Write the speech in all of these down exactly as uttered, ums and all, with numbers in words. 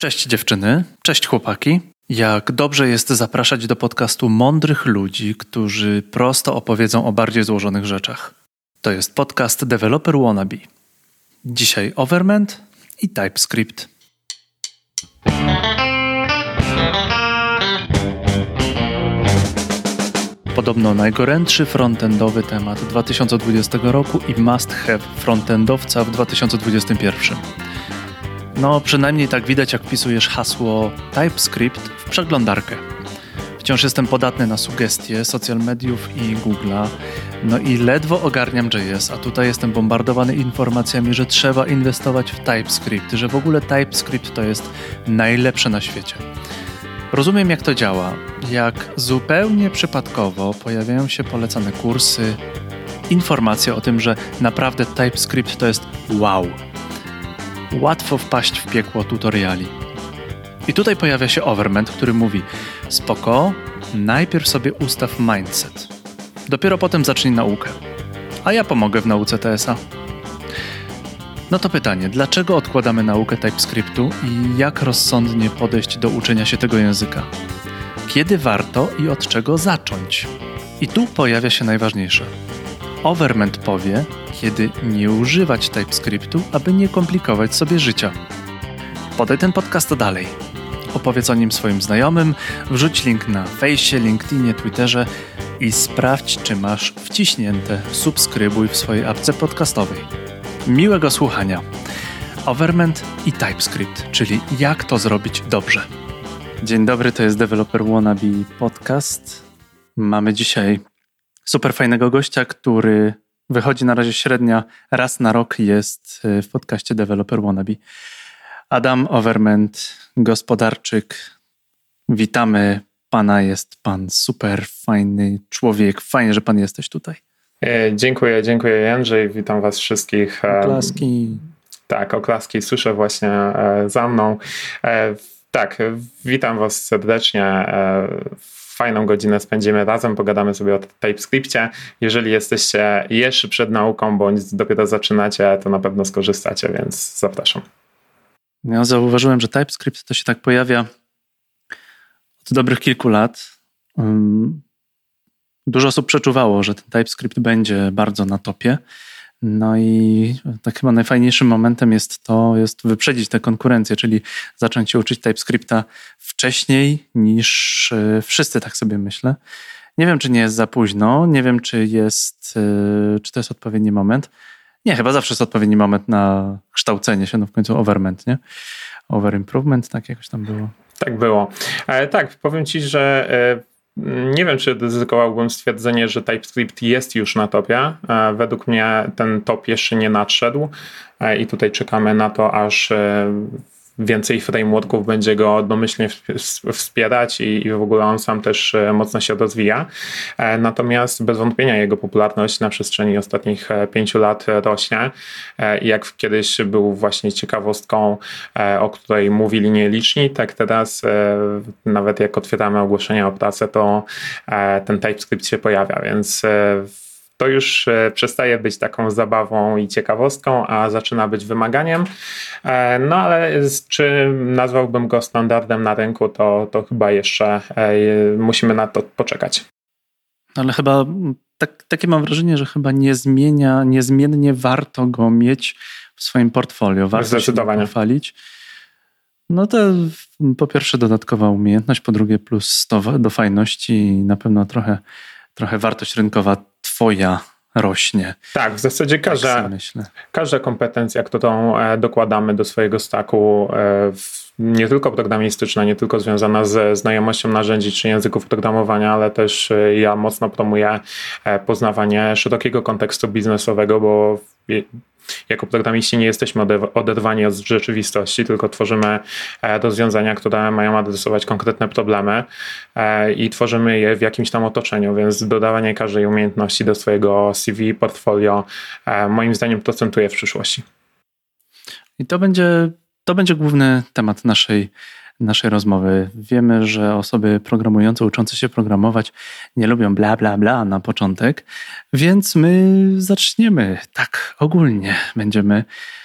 Cześć dziewczyny, cześć chłopaki. Jak dobrze jest zapraszać do podcastu mądrych ludzi, którzy prosto opowiedzą o bardziej złożonych rzeczach. To jest podcast Developer Wannabe. Dzisiaj Overment i TypeScript. Podobno najgorętszy frontendowy temat dwa tysiące dwudziestego roku i must have frontendowca w dwa tysiące dwudziestym pierwszym. No, przynajmniej tak widać, jak wpisujesz hasło TypeScript w przeglądarkę. Wciąż jestem podatny na sugestie social mediów i Google'a, no i ledwo ogarniam J S, a tutaj jestem bombardowany informacjami, że trzeba inwestować w TypeScript, że w ogóle TypeScript to jest najlepsze na świecie. Rozumiem, jak to działa, jak zupełnie przypadkowo pojawiają się polecane kursy, informacje o tym, że naprawdę TypeScript to jest wow. Łatwo wpaść w piekło tutoriali. I tutaj pojawia się Overment, który mówi: spoko, najpierw sobie ustaw mindset. Dopiero potem zacznij naukę. A ja pomogę w nauce T S A. No to pytanie, dlaczego odkładamy naukę TypeScriptu i jak rozsądnie podejść do uczenia się tego języka? Kiedy warto i od czego zacząć? I tu pojawia się najważniejsze. Overment powie, kiedy nie używać TypeScriptu, aby nie komplikować sobie życia. Podaj ten podcast dalej. Opowiedz o nim swoim znajomym, wrzuć link na fejsie, LinkedInie, Twitterze i sprawdź, czy masz wciśnięte subskrybuj w swojej apce podcastowej. Miłego słuchania. Overment i TypeScript, czyli jak to zrobić dobrze. Dzień dobry, to jest Developer Wannabe podcast. Mamy dzisiaj super fajnego gościa, który wychodzi na razie średnia raz na rok, jest w podcaście Developer Wannabe. Adam Overment, gospodarczyk. Witamy pana, jest pan super fajny człowiek. Fajnie, że pan jesteś tutaj. Dziękuję, dziękuję Andrzej, witam was wszystkich. Oklaski. Tak, oklaski słyszę właśnie za mną. Tak, witam was serdecznie. Fajną godzinę spędzimy razem, pogadamy sobie o TypeScriptie. Jeżeli jesteście jeszcze przed nauką, bądź dopiero zaczynacie, to na pewno skorzystacie, więc zapraszam. Ja zauważyłem, że TypeScript to się tak pojawia od dobrych kilku lat. Dużo osób przeczuwało, że ten TypeScript będzie bardzo na topie. No i tak chyba najfajniejszym momentem jest to, jest wyprzedzić tę konkurencję, czyli zacząć się uczyć TypeScripta wcześniej niż wszyscy, tak sobie myślę. Nie wiem, czy nie jest za późno, nie wiem, czy jest, czy to jest odpowiedni moment. Nie, chyba zawsze jest odpowiedni moment na kształcenie się, no w końcu Overment, nie? Over improvement, tak jakoś tam było. Tak było. E, tak, powiem ci, że e... nie wiem, czy ryzykowałbym stwierdzenie, że TypeScript jest już na topie. Według mnie ten top jeszcze nie nadszedł i tutaj czekamy na to, aż więcej frameworków będzie go domyślnie wspierać i w ogóle on sam też mocno się rozwija. Natomiast bez wątpienia jego popularność na przestrzeni ostatnich pięciu lat rośnie. Jak kiedyś był właśnie ciekawostką, o której mówili nieliczni, tak teraz nawet jak otwieramy ogłoszenia o pracę, to ten TypeScript się pojawia, więc to już przestaje być taką zabawą i ciekawostką, a zaczyna być wymaganiem. No ale czy nazwałbym go standardem na rynku, to, to chyba jeszcze musimy na to poczekać. Ale chyba tak, takie mam wrażenie, że chyba nie zmienia, niezmiennie warto go mieć w swoim portfolio. Warto się pochwalić. No to po pierwsze dodatkowa umiejętność, po drugie plus do fajności i na pewno trochę, trochę wartość rynkowa twoja rośnie. Tak, w zasadzie każda, tak każda kompetencja, którą dokładamy do swojego stacku, nie tylko programistyczna, nie tylko związana ze znajomością narzędzi czy języków programowania, ale też ja mocno promuję poznawanie szerokiego kontekstu biznesowego, bo jako programiści nie jesteśmy oderwani od rzeczywistości, tylko tworzymy rozwiązania, które mają adresować konkretne problemy i tworzymy je w jakimś tam otoczeniu, więc dodawanie każdej umiejętności do swojego C V, portfolio moim zdaniem procentuje w przyszłości. I to będzie, to będzie główny temat naszej naszej rozmowy. Wiemy, że osoby programujące, uczące się programować nie lubią bla, bla, bla na początek, więc my zaczniemy tak ogólnie. Będziemy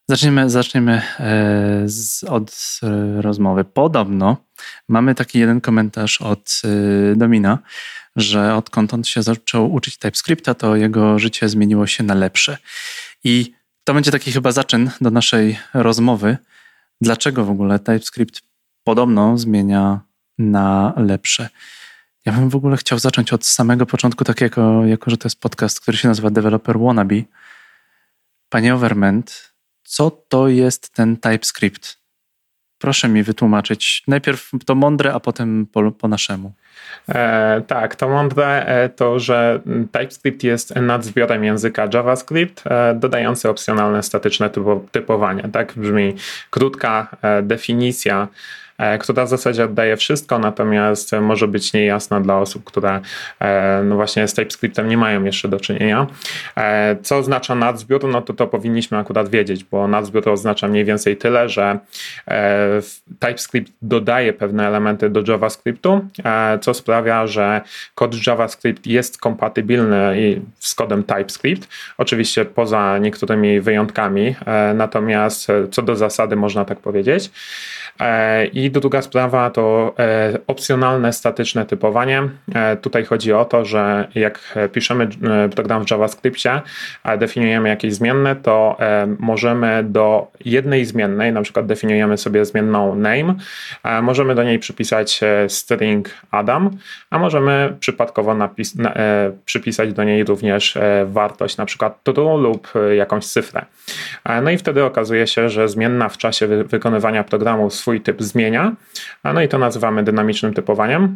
Zaczniemy, zaczniemy z, od rozmowy. Podobno mamy taki jeden komentarz od Domina, że odkąd on się zaczął uczyć TypeScripta, to jego życie zmieniło się na lepsze. I to będzie taki chyba zaczyn do naszej rozmowy. Dlaczego w ogóle TypeScript podobno zmienia na lepsze? Ja bym w ogóle chciał zacząć od samego początku, tak jako, jako że to jest podcast, który się nazywa Developer Wannabe. Panie Overment, co to jest ten TypeScript? Proszę mi wytłumaczyć. Najpierw to mądre, a potem po, po naszemu. E, tak, to mądre e, to, że TypeScript jest nadzbiorem języka JavaScript, e, dodający opcjonalne statyczne typo, typowanie. Tak brzmi krótka e, definicja, e, która w zasadzie oddaje wszystko, natomiast może być niejasna dla osób, które e, no właśnie z TypeScriptem nie mają jeszcze do czynienia. E, co oznacza nadzbiór? No to to powinniśmy akurat wiedzieć, bo nadzbiór oznacza mniej więcej tyle, że e, TypeScript dodaje pewne elementy do JavaScriptu, e, co sprawia, że kod JavaScript jest kompatybilny z kodem TypeScript, oczywiście poza niektórymi wyjątkami, natomiast co do zasady można tak powiedzieć. I druga sprawa to opcjonalne statyczne typowanie. Tutaj chodzi o to, że jak piszemy program w JavaScriptie, definiujemy jakieś zmienne, to możemy do jednej zmiennej, na przykład definiujemy sobie zmienną name, możemy do niej przypisać string Adam, a możemy przypadkowo napis, na, e, przypisać do niej również e, wartość, na przykład true lub e, jakąś cyfrę. E, no i wtedy okazuje się, że zmienna w czasie wy, wykonywania programu swój typ zmienia, a no i to nazywamy dynamicznym typowaniem.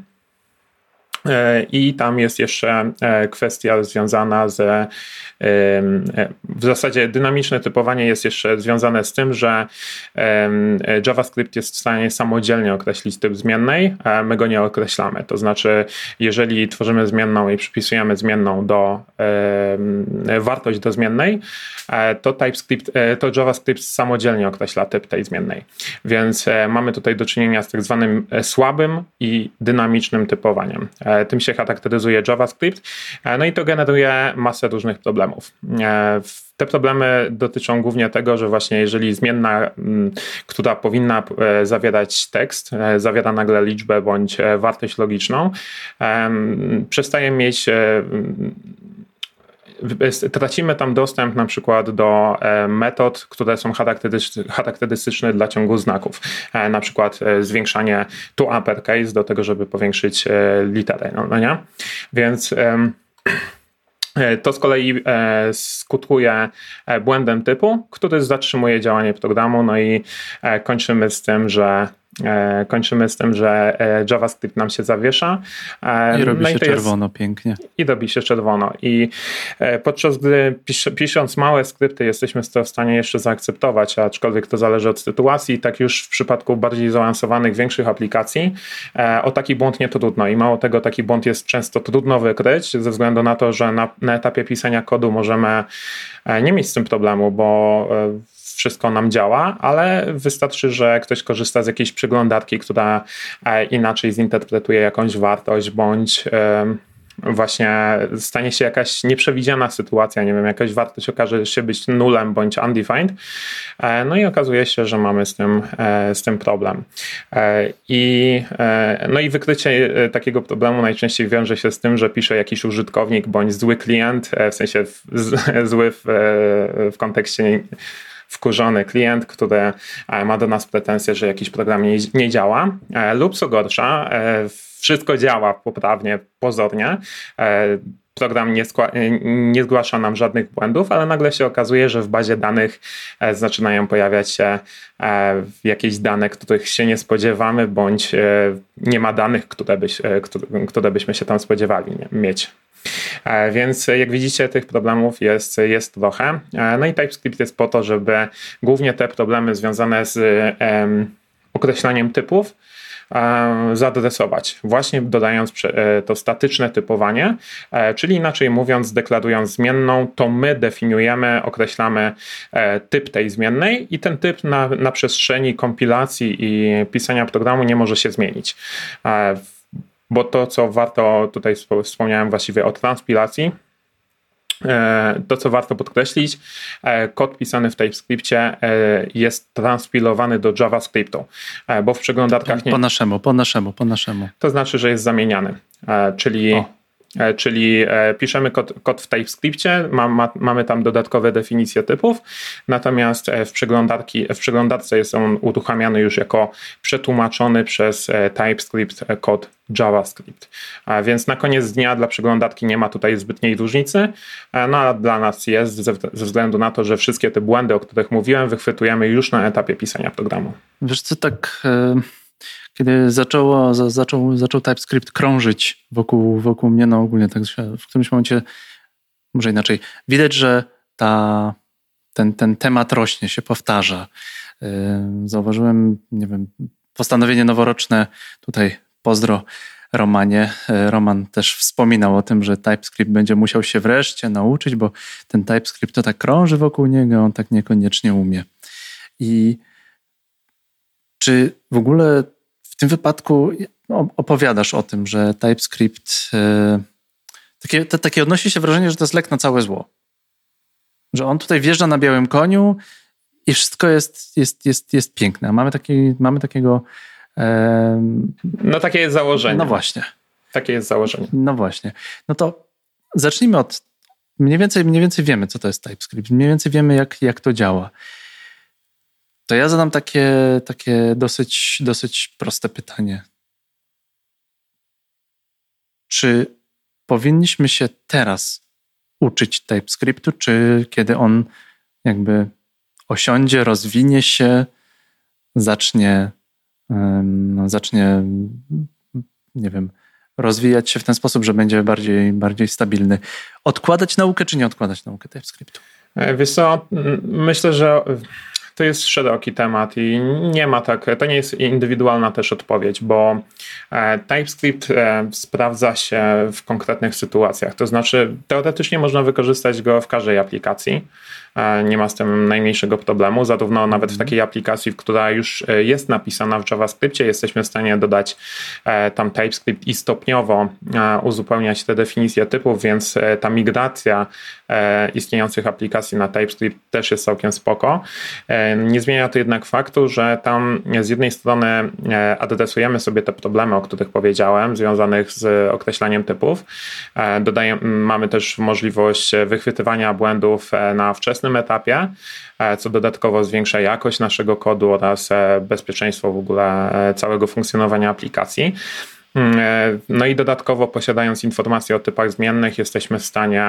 I tam jest jeszcze kwestia związana z, w zasadzie dynamiczne typowanie jest jeszcze związane z tym, że JavaScript jest w stanie samodzielnie określić typ zmiennej, a my go nie określamy. To znaczy, jeżeli tworzymy zmienną i przypisujemy zmienną do wartość do zmiennej, to TypeScript, to JavaScript samodzielnie określa typ tej zmiennej. Więc mamy tutaj do czynienia z tak zwanym słabym i dynamicznym typowaniem. Tym się charakteryzuje JavaScript, no i to generuje masę różnych problemów. Te problemy dotyczą głównie tego, że właśnie jeżeli zmienna, która powinna zawierać tekst, zawiera nagle liczbę bądź wartość logiczną, przestaje mieć tracimy tam dostęp na przykład do metod, które są charakterystyczne dla ciągu znaków. Na przykład zwiększanie to uppercase do tego, żeby powiększyć literę. No, no nie? Więc to z kolei skutkuje błędem typu, który zatrzymuje działanie programu, no i kończymy z tym, że Kończymy z tym, że JavaScript nam się zawiesza. I robi no się i czerwono jest, pięknie. I robi się czerwono. I podczas gdy pis, pisząc małe skrypty jesteśmy to w stanie jeszcze zaakceptować, aczkolwiek to zależy od sytuacji, tak już w przypadku bardziej zaawansowanych, większych aplikacji o taki błąd nie trudno. I mało tego, taki błąd jest często trudno wykryć ze względu na to, że na, na etapie pisania kodu możemy nie mieć z tym problemu, bo wszystko nam działa, ale wystarczy, że ktoś korzysta z jakiejś przeglądarki, która inaczej zinterpretuje jakąś wartość, bądź właśnie stanie się jakaś nieprzewidziana sytuacja, nie wiem, jakaś wartość okaże się być nulem bądź undefined, no i okazuje się, że mamy z tym, z tym problem. I, no i wykrycie takiego problemu najczęściej wiąże się z tym, że pisze jakiś użytkownik bądź zły klient, w sensie zły w, w kontekście wkurzony klient, który ma do nas pretensje, że jakiś program nie, nie działa, lub co gorsza, wszystko działa poprawnie, pozornie, program nie, skła- nie zgłasza nam żadnych błędów, ale nagle się okazuje, że w bazie danych zaczynają pojawiać się jakieś dane, których się nie spodziewamy, bądź nie ma danych, które, byś, które byśmy się tam spodziewali mieć. Więc jak widzicie, tych problemów jest, jest trochę. No i TypeScript jest po to, żeby głównie te problemy związane z um, określaniem typów um, zaadresować. Właśnie dodając to statyczne typowanie, czyli inaczej mówiąc, deklarując zmienną, to my definiujemy, określamy typ tej zmiennej i ten typ na, na przestrzeni kompilacji i pisania programu nie może się zmienić. Bo to, co warto, tutaj wspomniałem właściwie o transpilacji, To, co warto podkreślić, kod pisany w TypeScriptie jest transpilowany do JavaScriptu, bo w przeglądarkach nie... Po naszemu, po naszemu, po naszemu. To znaczy, że jest zamieniany, czyli... O. Czyli piszemy kod, kod w TypeScriptie, ma, ma, mamy tam dodatkowe definicje typów, natomiast w, przeglądarki, w przeglądarce jest on uruchamiany już jako przetłumaczony przez TypeScript kod JavaScript. A więc na koniec dnia dla przeglądarki nie ma tutaj zbytniej różnicy, no a dla nas jest ze, ze względu na to, że wszystkie te błędy, o których mówiłem, wychwytujemy już na etapie pisania programu. Wiesz co, tak... Y- Kiedy zaczęło, zaczął, zaczął TypeScript krążyć wokół, wokół mnie, no ogólnie tak w którymś momencie, może inaczej, widać, że ta, ten, ten temat rośnie, się powtarza. Zauważyłem, nie wiem, postanowienie noworoczne, tutaj pozdro Romanie. Roman też wspominał o tym, że TypeScript będzie musiał się wreszcie nauczyć, bo ten TypeScript to tak krąży wokół niego, on tak niekoniecznie umie. I czy w ogóle w tym wypadku opowiadasz o tym, że TypeScript e, takie, to, takie odnosi się wrażenie, że to jest lek na całe zło. Że on tutaj wjeżdża na białym koniu i wszystko jest, jest, jest, jest piękne. Mamy, taki, mamy takiego... E, no takie jest założenie. No właśnie. Takie jest założenie. No właśnie. No to zacznijmy od... Mniej więcej, mniej więcej wiemy, co to jest TypeScript. Mniej więcej wiemy, jak, jak to działa. To ja zadam takie, takie dosyć, dosyć proste pytanie. Czy powinniśmy się teraz uczyć TypeScriptu, czy kiedy on jakby osiądzie, rozwinie się, zacznie, um, zacznie, nie wiem, rozwijać się w ten sposób, że będzie bardziej, bardziej stabilny. Odkładać naukę, czy nie odkładać naukę TypeScriptu? Wiesz co, myślę, że to jest szeroki temat i nie ma tak, to nie jest indywidualna też odpowiedź, bo TypeScript sprawdza się w konkretnych sytuacjach. To znaczy teoretycznie można wykorzystać go w każdej aplikacji. Nie ma z tym najmniejszego problemu. Zarówno nawet w takiej aplikacji, która już jest napisana w JavaScriptie, jesteśmy w stanie dodać tam TypeScript i stopniowo uzupełniać te definicje typów, więc ta migracja istniejących aplikacji na TypeScript też jest całkiem spoko. Nie zmienia to jednak faktu, że tam z jednej strony adresujemy sobie te problemy, o których powiedziałem, związanych z określaniem typów. Dodajemy, mamy też możliwość wychwytywania błędów na wczesnym etapie, co dodatkowo zwiększa jakość naszego kodu oraz bezpieczeństwo w ogóle całego funkcjonowania aplikacji. No i dodatkowo posiadając informacje o typach zmiennych jesteśmy w stanie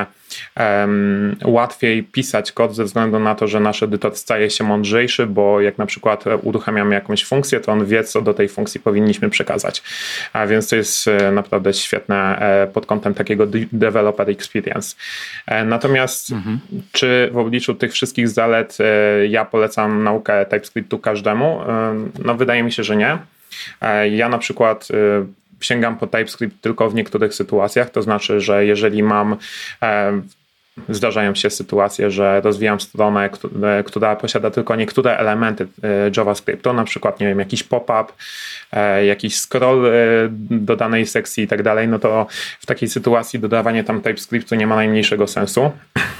um, łatwiej pisać kod ze względu na to, że nasz edytor staje się mądrzejszy, bo jak na przykład uruchamiamy jakąś funkcję, to on wie, co do tej funkcji powinniśmy przekazać. A więc to jest naprawdę świetne pod kątem takiego developer experience. Natomiast mhm. czy w obliczu tych wszystkich zalet ja polecam naukę TypeScriptu każdemu? No wydaje mi się, że nie. Ja na przykład sięgam po TypeScript tylko w niektórych sytuacjach, to znaczy, że jeżeli mam, e, zdarzają się sytuacje, że rozwijam stronę, która posiada tylko niektóre elementy JavaScriptu, na przykład, nie wiem, jakiś pop-up, e, jakiś scroll e, do danej sekcji i tak dalej, no to w takiej sytuacji dodawanie tam TypeScriptu nie ma najmniejszego sensu.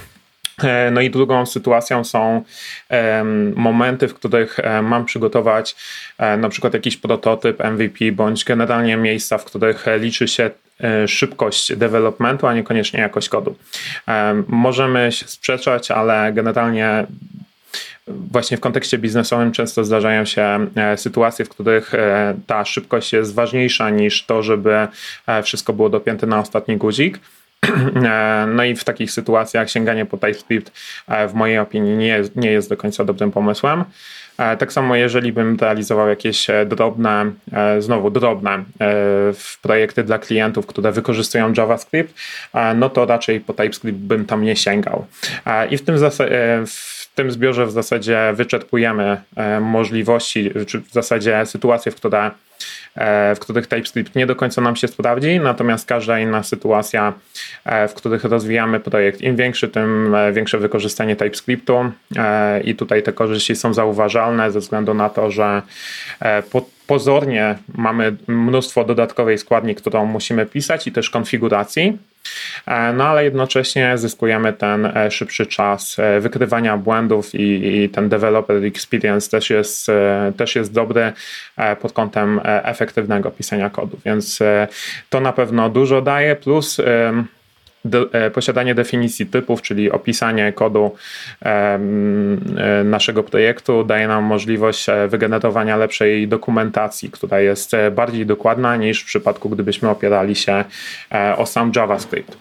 No i drugą sytuacją są um, momenty, w których um, mam przygotować um, na przykład jakiś prototyp M V P, bądź generalnie miejsca, w których liczy się um, szybkość developmentu, a niekoniecznie jakość kodu. Um, możemy się sprzeczać, ale generalnie właśnie w kontekście biznesowym często zdarzają się sytuacje, w których ta szybkość jest ważniejsza niż to, żeby wszystko było dopięte na ostatni guzik. No i w takich sytuacjach sięganie po TypeScript w mojej opinii nie jest, nie jest do końca dobrym pomysłem. Tak samo jeżeli bym realizował jakieś drobne, znowu drobne projekty dla klientów, które wykorzystują JavaScript, no to raczej po TypeScript bym tam nie sięgał. I w tym, zas- w tym zbiorze w zasadzie wyczerpujemy możliwości, czy w zasadzie sytuacje, w które w których TypeScript nie do końca nam się sprawdzi, natomiast każda inna sytuacja, w których rozwijamy projekt, im większy, tym większe wykorzystanie TypeScriptu i tutaj te korzyści są zauważalne ze względu na to, że pozornie mamy mnóstwo dodatkowej składni, którą musimy pisać i też konfiguracji, no ale jednocześnie zyskujemy ten szybszy czas wykrywania błędów i, i ten developer experience też jest, też jest dobry pod kątem efektywnego pisania kodu, więc to na pewno dużo daje, plus De, posiadanie definicji typów, czyli opisanie kodu e, naszego projektu daje nam możliwość wygenerowania lepszej dokumentacji, która jest bardziej dokładna niż w przypadku, gdybyśmy opierali się e, o sam JavaScript.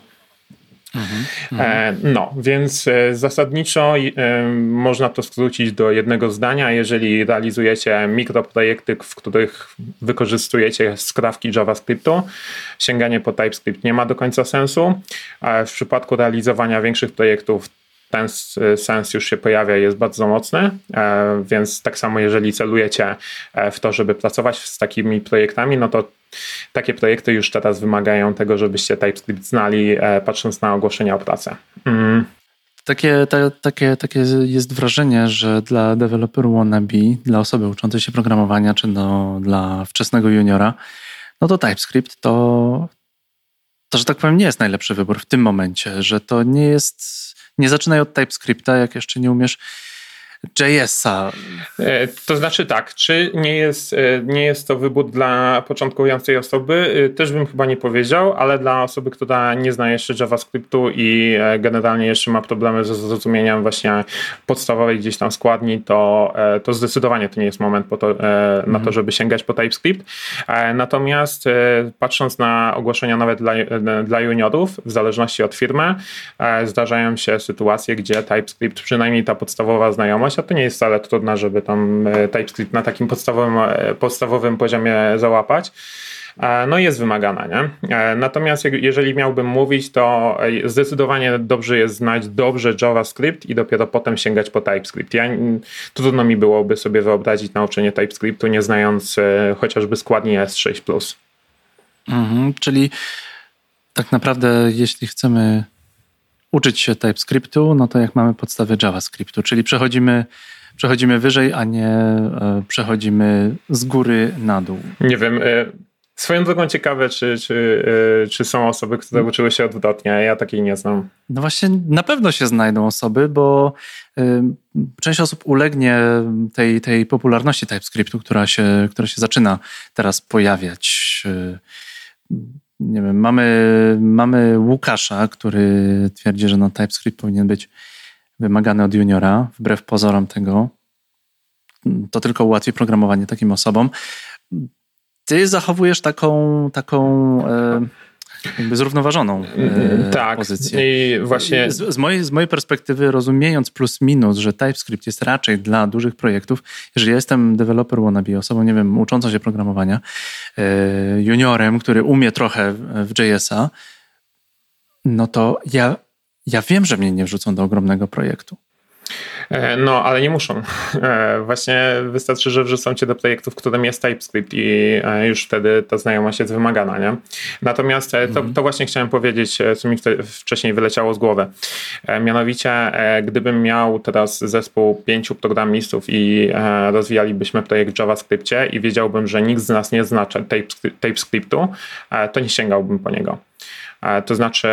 Mhm. No, więc zasadniczo można to skrócić do jednego zdania. Jeżeli realizujecie mikroprojekty, w których wykorzystujecie skrawki JavaScriptu, sięganie po TypeScript nie ma do końca sensu. W przypadku realizowania większych projektów ten sens już się pojawia i jest bardzo mocny, więc tak samo jeżeli celujecie w to, żeby pracować z takimi projektami, no to takie projekty już teraz wymagają tego, żebyście TypeScript znali, patrząc na ogłoszenia o pracę. Mm. Takie, ta, takie, takie jest wrażenie, że dla developer wannabe, dla osoby uczącej się programowania, czy do, dla wczesnego juniora, no to TypeScript to, to, że tak powiem, nie jest najlepszy wybór w tym momencie, że to nie jest, nie zaczynaj od TypeScripta, jak jeszcze nie umiesz J S a. To znaczy tak, czy nie jest, nie jest to wybór dla początkującej osoby? Też bym chyba nie powiedział, ale dla osoby, która nie zna jeszcze JavaScriptu i generalnie jeszcze ma problemy ze zrozumieniem właśnie podstawowej gdzieś tam składni, to, to zdecydowanie to nie jest moment po to, mm. na to, żeby sięgać po TypeScript. Natomiast patrząc na ogłoszenia nawet dla, dla juniorów, w zależności od firmy, zdarzają się sytuacje, gdzie TypeScript, przynajmniej ta podstawowa znajomość, a to nie jest wcale trudne, żeby tam TypeScript na takim podstawowym, podstawowym poziomie załapać. No jest wymagana, nie? Natomiast jeżeli miałbym mówić, to zdecydowanie dobrze jest znać dobrze JavaScript i dopiero potem sięgać po TypeScript. Ja, trudno mi byłoby sobie wyobrazić nauczenie TypeScriptu, nie znając chociażby składni S sześć plus. Mhm, czyli tak naprawdę jeśli chcemy uczyć się TypeScriptu, no to jak mamy podstawy JavaScriptu, czyli przechodzimy, przechodzimy wyżej, a nie e, przechodzimy z góry na dół. Nie wiem, e, swoją drogą ciekawe, czy, czy, e, czy są osoby, które uczyły się odwrotnie, ja takiej nie znam. No właśnie na pewno się znajdą osoby, bo e, część osób ulegnie tej, tej popularności TypeScriptu, która się, która się zaczyna teraz pojawiać. E, Nie wiem, mamy, mamy Łukasza, który twierdzi, że no TypeScript powinien być wymagany od juniora. Wbrew pozorom tego, to tylko ułatwi programowanie takim osobom. Ty zachowujesz taką, taką e, jakby zrównoważoną e, tak, pozycję. I właśnie... Z, z, mojej, z mojej perspektywy, rozumiejąc plus minus, że TypeScript jest raczej dla dużych projektów, jeżeli ja jestem developer wannabe, osobą, nie wiem, uczącą się programowania, e, juniorem, który umie trochę w J S a, no to ja, ja wiem, że mnie nie wrzucą do ogromnego projektu. No, ale nie muszą. Właśnie wystarczy, że wrzucą cię do projektu, w którym jest TypeScript i już wtedy ta znajomość jest wymagana, nie? Natomiast to, to właśnie chciałem powiedzieć, co mi wcześniej wyleciało z głowy. Mianowicie, gdybym miał teraz zespół pięciu programistów i rozwijalibyśmy projekt w JavaScriptie i wiedziałbym, że nikt z nas nie zna TypeScriptu, to nie sięgałbym po niego. To znaczy...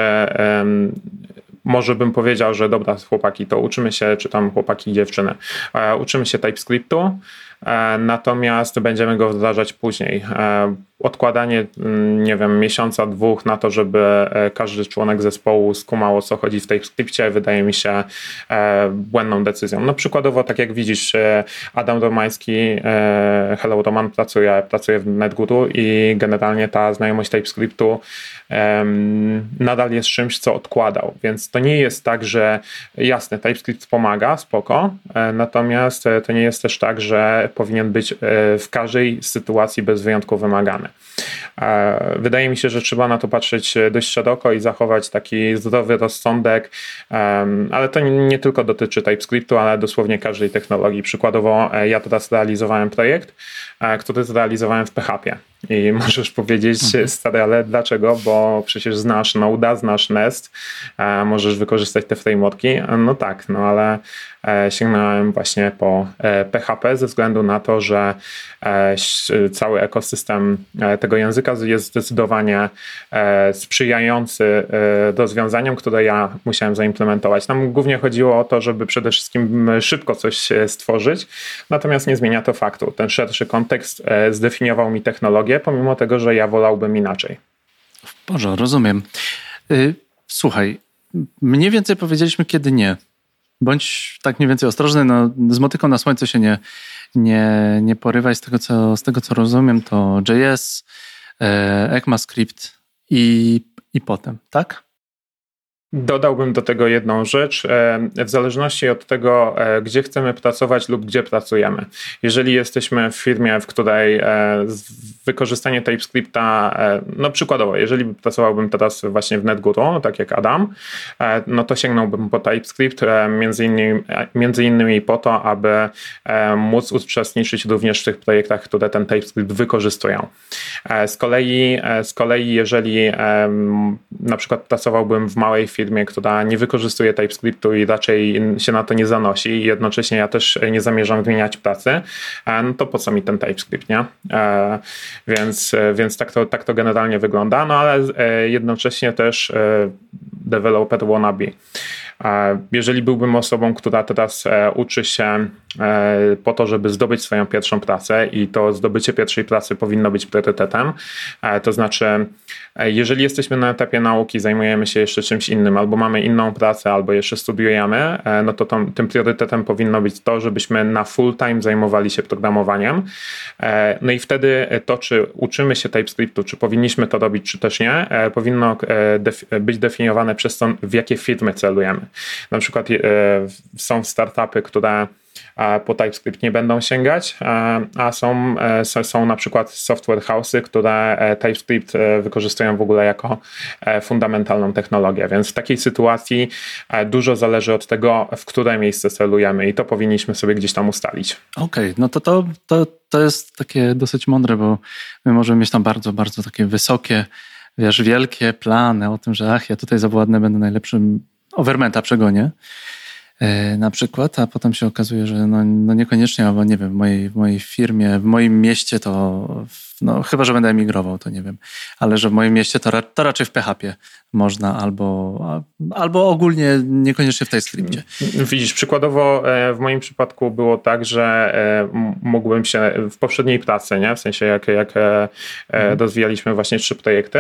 Może bym powiedział, że dobra, chłopaki, to uczymy się, czy tam chłopaki i dziewczyny, e, uczymy się TypeScriptu, e, natomiast będziemy go wdrażać później. E, odkładanie, nie wiem, miesiąca, dwóch na to, żeby każdy członek zespołu skumał, o co chodzi w TypeScriptie, wydaje mi się e, błędną decyzją. No przykładowo, tak jak widzisz, Adam Romański, e, Hello Roman, pracuje, pracuje w NetGuru i generalnie ta znajomość TypeScriptu e, nadal jest czymś, co odkładał, więc to nie jest tak, że jasne, TypeScript pomaga, spoko, e, natomiast to nie jest też tak, że powinien być e, w każdej sytuacji bez wyjątku wymagany. Wydaje mi się, że trzeba na to patrzeć dość szeroko i zachować taki zdrowy rozsądek, ale to nie tylko dotyczy TypeScriptu, ale dosłownie każdej technologii. Przykładowo ja teraz realizowałem projekt, który zrealizowałem w P H P. I możesz powiedzieć, mhm. stary, ale dlaczego? Bo przecież znasz Node'a, znasz Nest, e, możesz wykorzystać te frameworki. No tak, no ale e, sięgnąłem właśnie po e, P H P ze względu na to, że e, cały ekosystem e, tego języka jest zdecydowanie e, sprzyjający e, rozwiązaniom, które ja musiałem zaimplementować. Nam głównie chodziło o to, żeby przede wszystkim szybko coś stworzyć, natomiast nie zmienia to faktu. Ten szerszy kontekst e, zdefiniował mi technologię, pomimo tego, że ja wolałbym inaczej. Boże, rozumiem. Yy, słuchaj, mniej więcej powiedzieliśmy, kiedy nie. Bądź tak mniej więcej ostrożny, no, z motyką na słońcu się nie, nie, nie porywaj. Z tego, co, z tego, co rozumiem, to J S, e, ECMAScript i, i potem, tak? Dodałbym do tego jedną rzecz, w zależności od tego, gdzie chcemy pracować lub gdzie pracujemy. Jeżeli jesteśmy w firmie, w której wykorzystanie TypeScripta, no przykładowo, jeżeli pracowałbym teraz właśnie w NetGuru, tak jak Adam, no to sięgnąłbym po TypeScript, między innymi, między innymi po to, aby móc uczestniczyć również w tych projektach, które ten TypeScript wykorzystują. Z kolei, z kolei jeżeli na przykład pracowałbym w małej firmie, firmie, która nie wykorzystuje TypeScriptu i raczej się na to nie zanosi i jednocześnie ja też nie zamierzam zmieniać pracy, no to po co mi ten TypeScript, nie? E, więc więc tak, to, tak to generalnie wygląda, no ale jednocześnie też e, developer wannabe. Jeżeli byłbym osobą, która teraz uczy się po to, żeby zdobyć swoją pierwszą pracę i to zdobycie pierwszej pracy powinno być priorytetem, to znaczy jeżeli jesteśmy na etapie nauki, zajmujemy się jeszcze czymś innym, albo mamy inną pracę, albo jeszcze studiujemy, no to tą, tym priorytetem powinno być to, żebyśmy na full time zajmowali się programowaniem. No i wtedy to, czy uczymy się TypeScriptu, czy powinniśmy to robić, czy też nie, powinno być definiowane przez to, w jakie firmy celujemy. Na przykład e, są startupy, które po TypeScript nie będą sięgać, a są, są na przykład software house'y, które TypeScript wykorzystują w ogóle jako fundamentalną technologię, więc w takiej sytuacji dużo zależy od tego, w które miejsce celujemy i to powinniśmy sobie gdzieś tam ustalić. Okej, okay, no to, to, to, to jest takie dosyć mądre, bo my możemy mieć tam bardzo, bardzo takie wysokie, wiesz, wielkie plany o tym, że ach, ja tutaj zawładnę, będę najlepszym, Overmenta przegonię yy, na przykład, a potem się okazuje, że no, no niekoniecznie, albo nie wiem, w mojej, w mojej firmie, w moim mieście to, no chyba, że będę emigrował, to nie wiem, ale że w moim mieście to, to raczej w P H P można, albo, albo ogólnie niekoniecznie w TypeScriptie. Widzisz, przykładowo w moim przypadku było tak, że mógłbym się w poprzedniej pracy, nie? W sensie jak, jak mhm. rozwijaliśmy właśnie trzy projekty,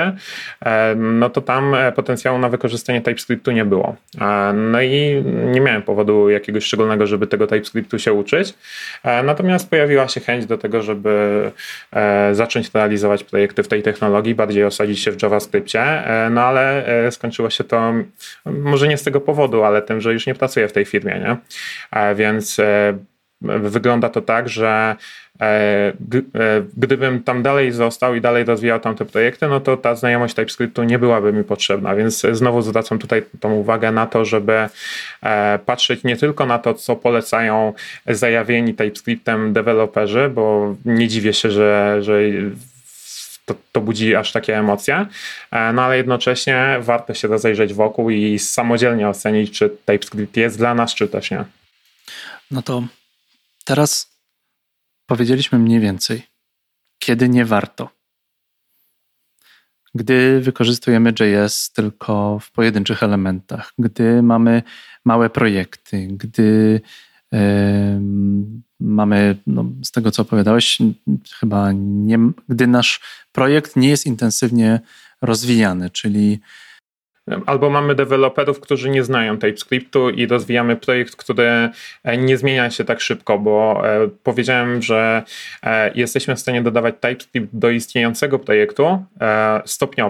no to tam potencjału na wykorzystanie TypeScriptu nie było. No i nie miałem powodu jakiegoś szczególnego, żeby tego TypeScriptu się uczyć. Natomiast pojawiła się chęć do tego, żeby zacząć realizować projekty w tej technologii, bardziej osadzić się w JavaScriptie, no ale skończyło się to może nie z tego powodu, ale tym, że już nie pracuję w tej firmie, nie? Więc wygląda to tak, że gdybym tam dalej został i dalej rozwijał tamte projekty, no to ta znajomość TypeScriptu nie byłaby mi potrzebna, więc znowu zwracam tutaj tą uwagę na to, żeby patrzeć nie tylko na to, co polecają zajawieni TypeScriptem deweloperzy, bo nie dziwię się, że, że To, to budzi aż takie emocje, no ale jednocześnie warto się rozejrzeć wokół i samodzielnie ocenić, czy TypeScript jest dla nas, czy też nie. No to teraz powiedzieliśmy mniej więcej, kiedy nie warto. Gdy wykorzystujemy J S tylko w pojedynczych elementach, gdy mamy małe projekty, gdy yy, mamy, no, z tego co opowiadałeś, chyba nie, gdy nasz projekt nie jest intensywnie rozwijany, czyli albo mamy deweloperów, którzy nie znają TypeScriptu i rozwijamy projekt, który nie zmienia się tak szybko, bo powiedziałem, że jesteśmy w stanie dodawać TypeScript do istniejącego projektu stopniowo,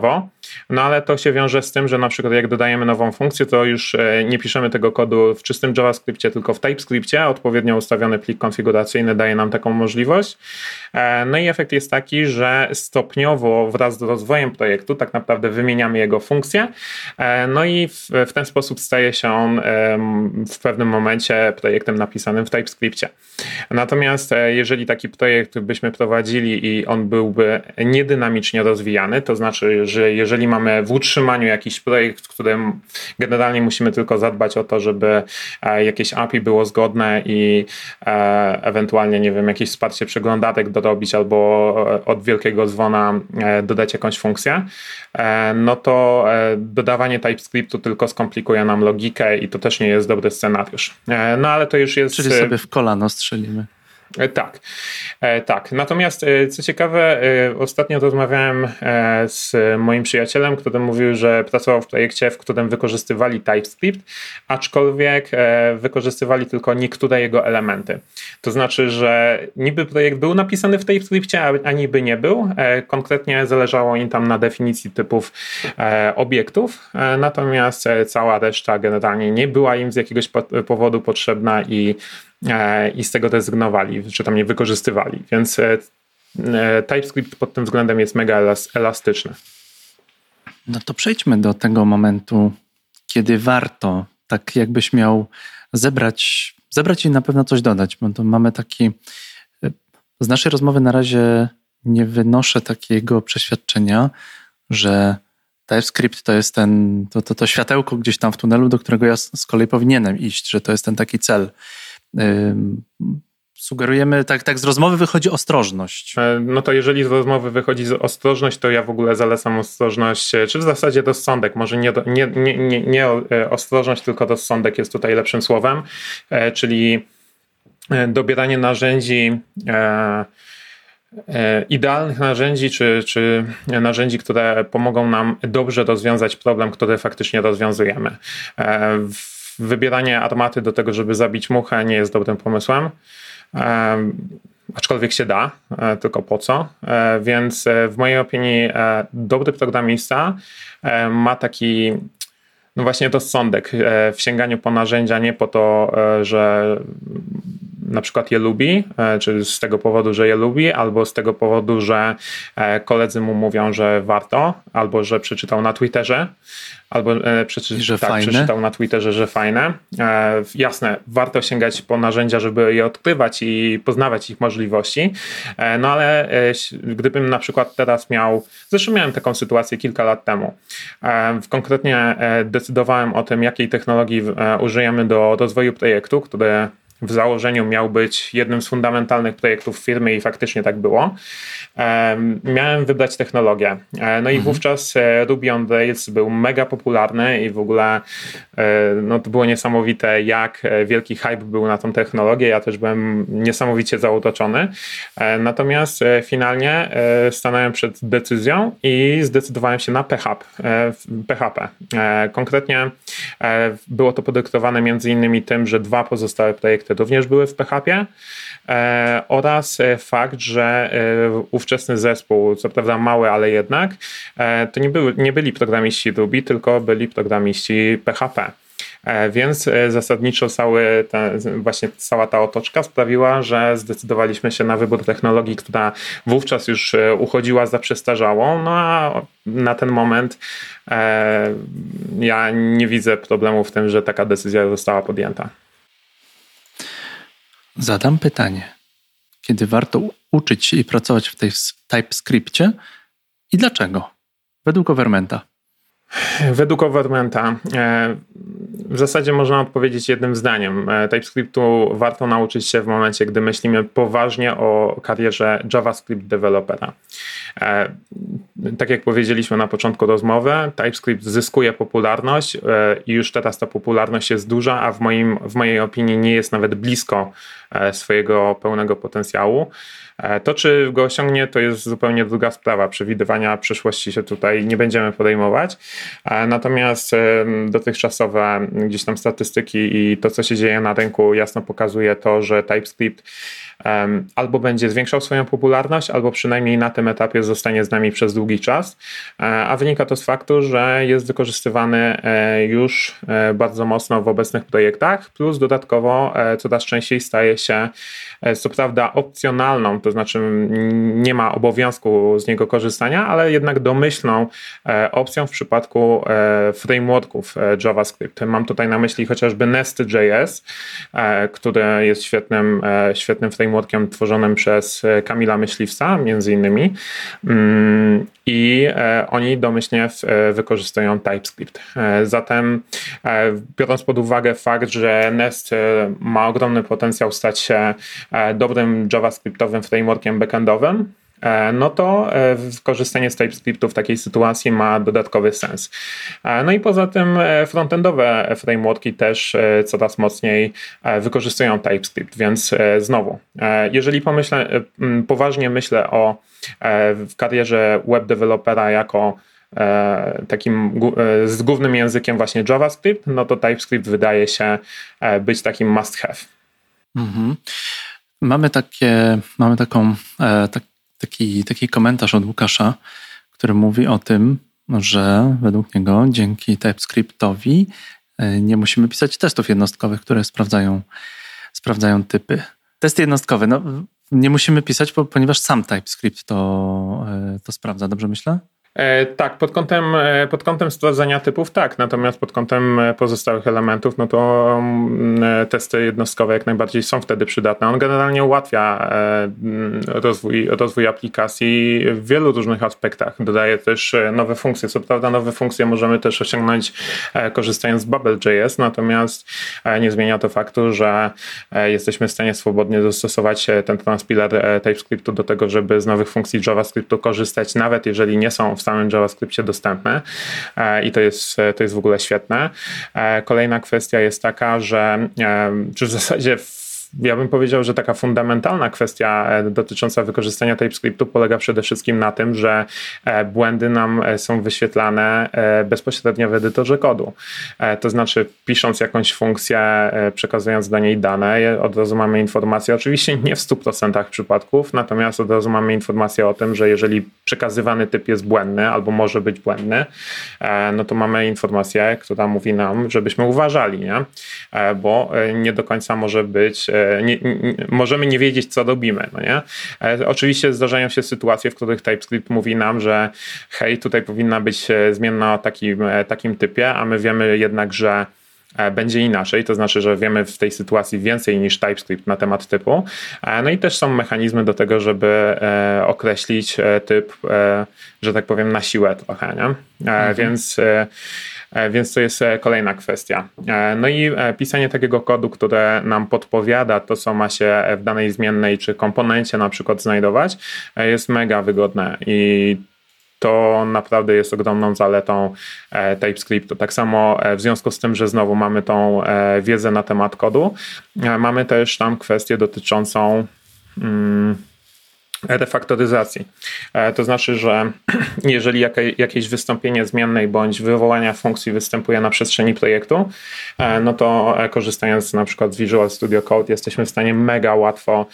no ale to się wiąże z tym, że na przykład jak dodajemy nową funkcję, to już nie piszemy tego kodu w czystym JavaScriptie, tylko w TypeScriptie. Odpowiednio ustawiony plik konfiguracyjny daje nam taką możliwość. No i efekt jest taki, że stopniowo wraz z rozwojem projektu tak naprawdę wymieniamy jego funkcje, no i w, w ten sposób staje się on w pewnym momencie projektem napisanym w TypeScriptie. Natomiast jeżeli taki projekt byśmy prowadzili i on byłby niedynamicznie rozwijany, to znaczy, że jeżeli mamy w utrzymaniu jakiś projekt, w którym generalnie musimy tylko zadbać o to, żeby jakieś A P I było zgodne i ewentualnie, nie wiem, jakieś wsparcie przeglądarek dorobić albo od wielkiego dzwona dodać jakąś funkcję, no to dodawanie TypeScriptu tylko skomplikuje nam logikę i to też nie jest dobry scenariusz. No ale to już jest... Czyli sobie w kolano strzelimy. Tak, tak. Natomiast co ciekawe, ostatnio rozmawiałem z moim przyjacielem, który mówił, że pracował w projekcie, w którym wykorzystywali TypeScript, aczkolwiek wykorzystywali tylko niektóre jego elementy. To znaczy, że niby projekt był napisany w TypeScriptie, a niby nie był. Konkretnie zależało im tam na definicji typów obiektów, natomiast cała reszta generalnie nie była im z jakiegoś powodu potrzebna i i z tego rezygnowali, czy tam nie wykorzystywali. Więc TypeScript pod tym względem jest mega elastyczny. No to przejdźmy do tego momentu, kiedy warto, tak jakbyś miał zebrać, zebrać i na pewno coś dodać, bo to mamy taki, z naszej rozmowy na razie nie wynoszę takiego przeświadczenia, że TypeScript to jest ten, to, to, to światełko gdzieś tam w tunelu, do którego ja z kolei powinienem iść, że to jest ten taki cel. Sugerujemy, tak, tak z rozmowy wychodzi ostrożność. No to jeżeli z rozmowy wychodzi ostrożność, to ja w ogóle zalecam ostrożność, czy w zasadzie rozsądek, może nie, nie, nie, nie, nie ostrożność, tylko rozsądek jest tutaj lepszym słowem, czyli dobieranie narzędzi, idealnych narzędzi, czy, czy narzędzi, które pomogą nam dobrze rozwiązać problem, który faktycznie rozwiązujemy. Wybieranie armaty do tego, żeby zabić muchę, nie jest dobrym pomysłem, e, aczkolwiek się da, e, tylko po co. E, więc e, w mojej opinii e, dobry programista e, ma taki no właśnie rozsądek e, w sięganiu po narzędzia nie po to, e, że na przykład je lubi, e, czy z tego powodu, że je lubi, albo z tego powodu, że e, koledzy mu mówią, że warto, albo że przeczytał na Twitterze, albo e, przeczy, że tak, fajne. przeczytał na Twitterze, że fajne. E, jasne, warto sięgać po narzędzia, żeby je odkrywać i poznawać ich możliwości, e, no ale e, gdybym na przykład teraz miał, zresztą miałem taką sytuację kilka lat temu, e, konkretnie e, decydowałem o tym, jakiej technologii e, użyjemy do rozwoju projektu, który w założeniu miał być jednym z fundamentalnych projektów firmy i faktycznie tak było. Miałem wybrać technologię. No i mhm. wówczas Ruby on Rails był mega popularny i w ogóle no, to było niesamowite, jak wielki hype był na tą technologię. Ja też byłem niesamowicie zauroczony. Natomiast finalnie stanąłem przed decyzją i zdecydowałem się na P H P. Konkretnie było to podyktowane między innymi tym, że dwa pozostałe projekty również były w P H P e, oraz fakt, że e, ówczesny zespół, co prawda mały, ale jednak, e, to nie, były, nie byli programiści Ruby, tylko byli programiści P H P. E, więc zasadniczo cały ten, właśnie cała ta otoczka sprawiła, że zdecydowaliśmy się na wybór technologii, która wówczas już uchodziła za przestarzałą, no a na ten moment e, ja nie widzę problemu w tym, że taka decyzja została podjęta. Zadam pytanie. Kiedy warto uczyć się i pracować w tej TypeScriptie i dlaczego? Według Overmenta. Według Overmenta w zasadzie można odpowiedzieć jednym zdaniem. TypeScriptu warto nauczyć się w momencie, gdy myślimy poważnie o karierze JavaScript dewelopera. Tak jak powiedzieliśmy na początku rozmowy, TypeScript zyskuje popularność i już teraz ta popularność jest duża, a w, moim, w mojej opinii nie jest nawet blisko swojego pełnego potencjału. To, czy go osiągnie, to jest zupełnie druga sprawa. Przewidywania przyszłości się tutaj nie będziemy podejmować. Natomiast dotychczasowe gdzieś tam statystyki i to, co się dzieje na rynku, jasno pokazuje to, że TypeScript albo będzie zwiększał swoją popularność, albo przynajmniej na tym etapie JS zostanie z nami przez długi czas, a wynika to z faktu, że jest wykorzystywany już bardzo mocno w obecnych projektach, plus dodatkowo coraz częściej staje się co prawda opcjonalną, to znaczy nie ma obowiązku z niego korzystania, ale jednak domyślną opcją w przypadku frameworków JavaScript. Mam tutaj na myśli chociażby Nest.js, który jest świetnym, świetnym frameworkiem tworzonym przez Kamila Myśliwca między innymi i oni domyślnie wykorzystują TypeScript. Zatem biorąc pod uwagę fakt, że Nest ma ogromny potencjał stać się dobrym JavaScriptowym frameworkiem backendowym, no to korzystanie z TypeScriptu w takiej sytuacji ma dodatkowy sens. No i poza tym frontendowe frameworki też coraz mocniej wykorzystują TypeScript, więc znowu, jeżeli pomyślę, poważnie myślę o w karierze web dewelopera jako takim z głównym językiem właśnie JavaScript, no to TypeScript wydaje się być takim must have. Mhm. Mamy takie, mamy taką tak, Taki, taki komentarz od Łukasza, który mówi o tym, że według niego dzięki TypeScriptowi nie musimy pisać testów jednostkowych, które sprawdzają, sprawdzają typy. Testy jednostkowe, no nie musimy pisać, ponieważ sam TypeScript to, to sprawdza, dobrze myślę? E, tak, pod kątem, pod kątem sprawdzania typów tak, natomiast pod kątem pozostałych elementów, no to mm, testy jednostkowe jak najbardziej są wtedy przydatne. On generalnie ułatwia e, rozwój, rozwój aplikacji w wielu różnych aspektach. Dodaje też nowe funkcje. Co prawda nowe funkcje możemy też osiągnąć e, korzystając z Bubble.js, natomiast e, nie zmienia to faktu, że e, jesteśmy w stanie swobodnie dostosować ten transpiler e, TypeScriptu do tego, żeby z nowych funkcji JavaScriptu korzystać, nawet jeżeli nie są w samym JavaScriptie dostępne i to jest, to jest w ogóle świetne. Kolejna kwestia jest taka, że czy w zasadzie ja bym powiedział, że taka fundamentalna kwestia dotycząca wykorzystania TypeScriptu polega przede wszystkim na tym, że błędy nam są wyświetlane bezpośrednio w edytorze kodu. To znaczy, pisząc jakąś funkcję, przekazując do niej dane, od razu mamy informację, oczywiście nie w stu procentach przypadków, natomiast od razu mamy informację o tym, że jeżeli przekazywany typ jest błędny albo może być błędny, no to mamy informację, która mówi nam, żebyśmy uważali, nie? Bo nie do końca może być Nie, nie, możemy nie wiedzieć, co robimy. No nie? E, oczywiście zdarzają się sytuacje, w których TypeScript mówi nam, że hej, tutaj powinna być zmienna o takim, takim typie, a my wiemy jednak, że będzie inaczej, to znaczy, że wiemy w tej sytuacji więcej niż TypeScript na temat typu. No i też są mechanizmy do tego, żeby określić typ, że tak powiem, na siłę trochę. Nie? Mhm. Więc Więc to jest kolejna kwestia. No i pisanie takiego kodu, które nam podpowiada to, co ma się w danej zmiennej czy komponencie na przykład znajdować, jest mega wygodne i to naprawdę jest ogromną zaletą TypeScriptu. Tak samo w związku z tym, że znowu mamy tą wiedzę na temat kodu, mamy też tam kwestię dotyczącą hmm, refaktoryzacji. To znaczy, że jeżeli jakieś wystąpienie zmiennej bądź wywołania funkcji występuje na przestrzeni projektu, no to korzystając na przykład z Visual Studio Code jesteśmy w stanie mega łatwo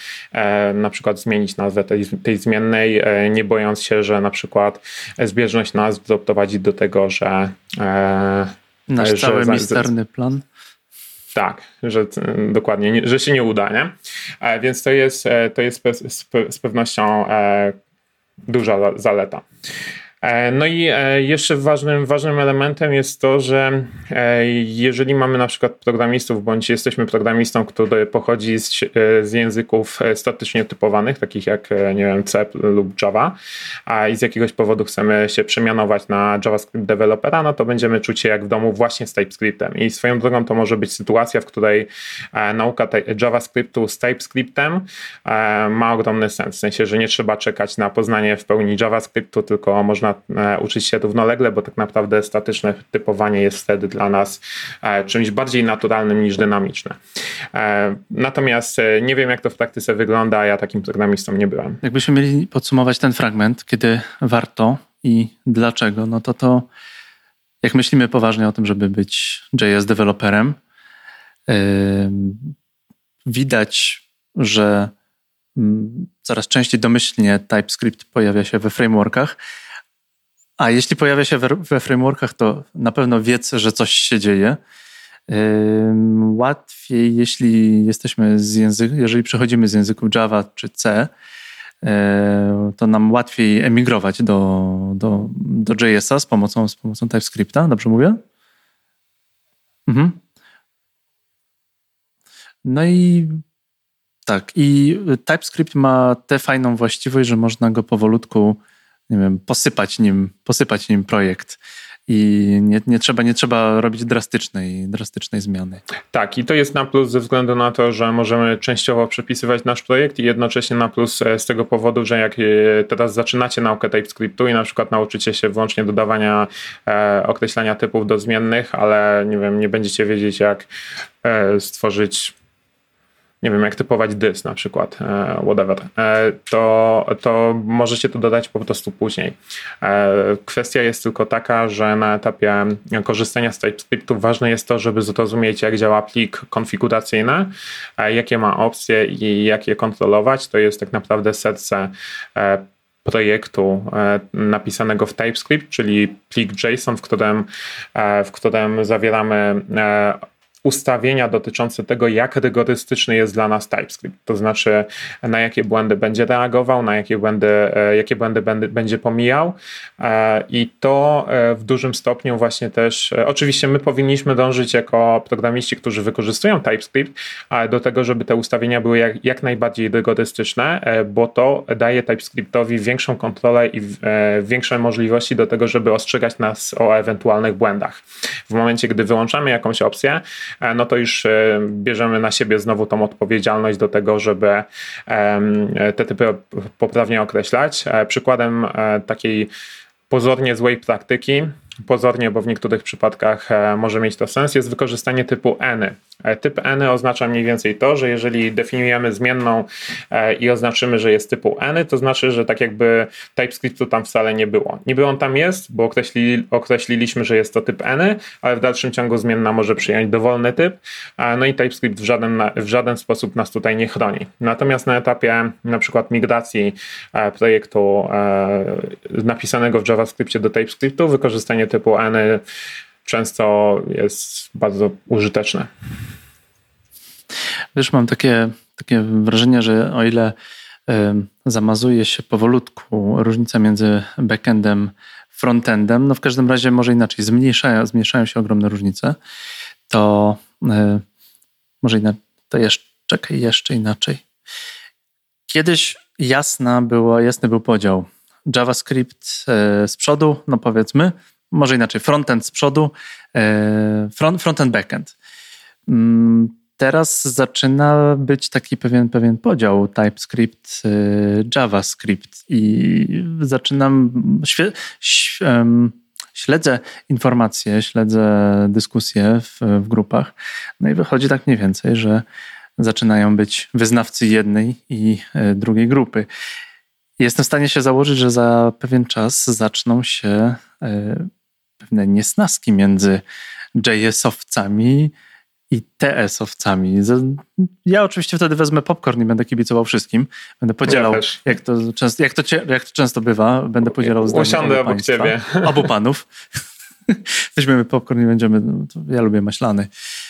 na przykład zmienić nazwę tej, tej zmiennej, nie bojąc się, że na przykład zbieżność nazw doprowadzi do tego, że nasz że cały za, misterny plan. Tak, że dokładnie, nie, że się nie uda, nie? E, więc to jest, to jest pe, z, pe, z pewnością e, duża zaleta. No i jeszcze ważnym, ważnym elementem jest to, że jeżeli mamy na przykład programistów, bądź jesteśmy programistą, który pochodzi z, z języków statycznie typowanych, takich jak, nie wiem, C lub Java, a i z jakiegoś powodu chcemy się przemianować na JavaScript dewelopera, no to będziemy czuć się jak w domu właśnie z TypeScriptem. I swoją drogą to może być sytuacja, w której nauka JavaScriptu z TypeScriptem ma ogromny sens. W sensie, że nie trzeba czekać na poznanie w pełni JavaScriptu, tylko można uczyć się równolegle, bo tak naprawdę statyczne typowanie jest wtedy dla nas czymś bardziej naturalnym niż dynamiczne. Natomiast nie wiem, jak to w praktyce wygląda, ja takim programistą nie byłem. Jakbyśmy mieli podsumować ten fragment, kiedy warto i dlaczego, no to to jak myślimy poważnie o tym, żeby być J S deweloperem, yy, widać, że coraz częściej domyślnie TypeScript pojawia się we frameworkach. A jeśli pojawia się we, we frameworkach, to na pewno wiedz, że coś się dzieje. Łatwiej, jeśli jesteśmy z język, jeżeli przechodzimy z języków Java czy C, to nam łatwiej emigrować do, do, do J S a z pomocą, z pomocą TypeScripta. Dobrze mówię? Mhm. No i tak, i TypeScript ma tę fajną właściwość, że można go powolutku, nie wiem, posypać nim, posypać nim projekt. I nie, nie, trzeba, nie trzeba robić drastycznej, drastycznej zmiany. Tak, i to jest na plus ze względu na to, że możemy częściowo przepisywać nasz projekt i jednocześnie na plus z tego powodu, że jak teraz zaczynacie naukę TypeScriptu i na przykład nauczycie się wyłącznie dodawania e, określania typów do zmiennych, ale nie wiem, nie będziecie wiedzieć jak e, stworzyć, nie wiem, jak typować dys na przykład, e, whatever, e, to, to możecie to dodać po prostu później. E, kwestia jest tylko taka, że na etapie korzystania z TypeScriptu ważne jest to, żeby zrozumieć, jak działa plik konfiguracyjny, e, jakie ma opcje i jak je kontrolować. To jest tak naprawdę serce e, projektu e, napisanego w TypeScript, czyli plik JSON, w którym, e, w którym zawieramy e, ustawienia dotyczące tego, jak rygorystyczny jest dla nas TypeScript. To znaczy, na jakie błędy będzie reagował, na jakie błędy, jakie błędy będzie pomijał. I to w dużym stopniu właśnie też, oczywiście my powinniśmy dążyć jako programiści, którzy wykorzystują TypeScript, do tego, żeby te ustawienia były jak, jak najbardziej rygorystyczne, bo to daje TypeScriptowi większą kontrolę i większe możliwości do tego, żeby ostrzegać nas o ewentualnych błędach. W momencie, gdy wyłączamy jakąś opcję, no to już bierzemy na siebie znowu tą odpowiedzialność do tego, żeby te typy poprawnie określać. Przykładem takiej pozornie złej praktyki, pozornie, bo w niektórych przypadkach może mieć to sens, jest wykorzystanie typu any. Typ any oznacza mniej więcej to, że jeżeli definiujemy zmienną i oznaczymy, że jest typu any, to znaczy, że tak jakby TypeScriptu tam wcale nie było. Niby on tam jest, bo określili, określiliśmy, że jest to typ any, ale w dalszym ciągu zmienna może przyjąć dowolny typ, no i TypeScript w żaden, w żaden sposób nas tutaj nie chroni. Natomiast na etapie na przykład migracji projektu napisanego w JavaScriptie do TypeScriptu wykorzystanie typu any często jest bardzo użyteczne. Wiesz, mam takie, takie wrażenie, że o ile y, zamazuje się powolutku różnica między backendem frontendem, no w każdym razie może inaczej, zmniejszają, zmniejszają się ogromne różnice, to y, może inaczej, to jeszcze, czekaj, jeszcze inaczej. Kiedyś jasna była, jasny był podział. JavaScript y, z przodu, no powiedzmy, może inaczej, frontend z przodu, front, frontend, backend. Teraz zaczyna być taki pewien, pewien podział TypeScript, JavaScript i zaczynam, świe, śledzę informacje, śledzę dyskusje w, w grupach, no i wychodzi tak mniej więcej, że zaczynają być wyznawcy jednej i drugiej grupy. Jestem w stanie się założyć, że za pewien czas zaczną się pewne niesnaski między J S-owcami i T S-owcami. Ja oczywiście wtedy wezmę popcorn i będę kibicował wszystkim. Będę podzielał, ja jak, to często, jak, to, jak to często bywa, będę podzielał zdanie Usiądę obok państwa, ciebie. Obu panów. Weźmiemy popcorn i będziemy... Ja lubię maślany.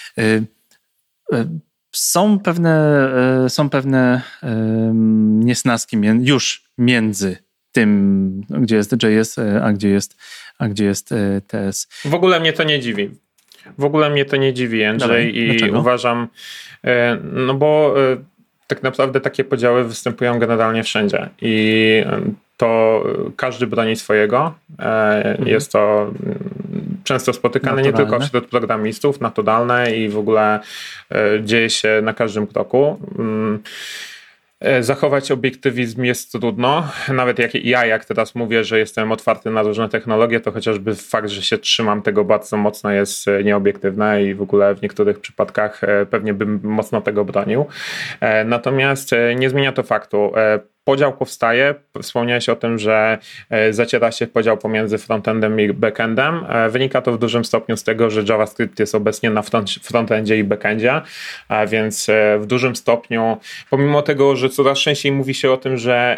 Są pewne, są pewne niesnaski już między tym, gdzie jest J S, a gdzie jest, a gdzie jest T S. W ogóle mnie to nie dziwi. W ogóle mnie to nie dziwi, Andrzej. Dawaj, i dlaczego? Uważam, no bo tak naprawdę takie podziały występują generalnie wszędzie i to każdy broni swojego. Mhm. Jest to często spotykane naturalne. Nie tylko wśród programistów, naturalne i w ogóle dzieje się na każdym kroku. Zachować obiektywizm jest trudno. Nawet jak ja, jak teraz mówię, że jestem otwarty na różne technologie, to chociażby fakt, że się trzymam tego bardzo mocno jest nieobiektywne i w ogóle w niektórych przypadkach pewnie bym mocno tego bronił. Natomiast nie zmienia to faktu. podział powstaje. Wspomniałeś o tym, że zaciera się podział pomiędzy frontendem i backendem. Wynika to w dużym stopniu z tego, że JavaScript jest obecnie na front, frontendzie i backendzie, więc w dużym stopniu, pomimo tego, że coraz częściej mówi się o tym, że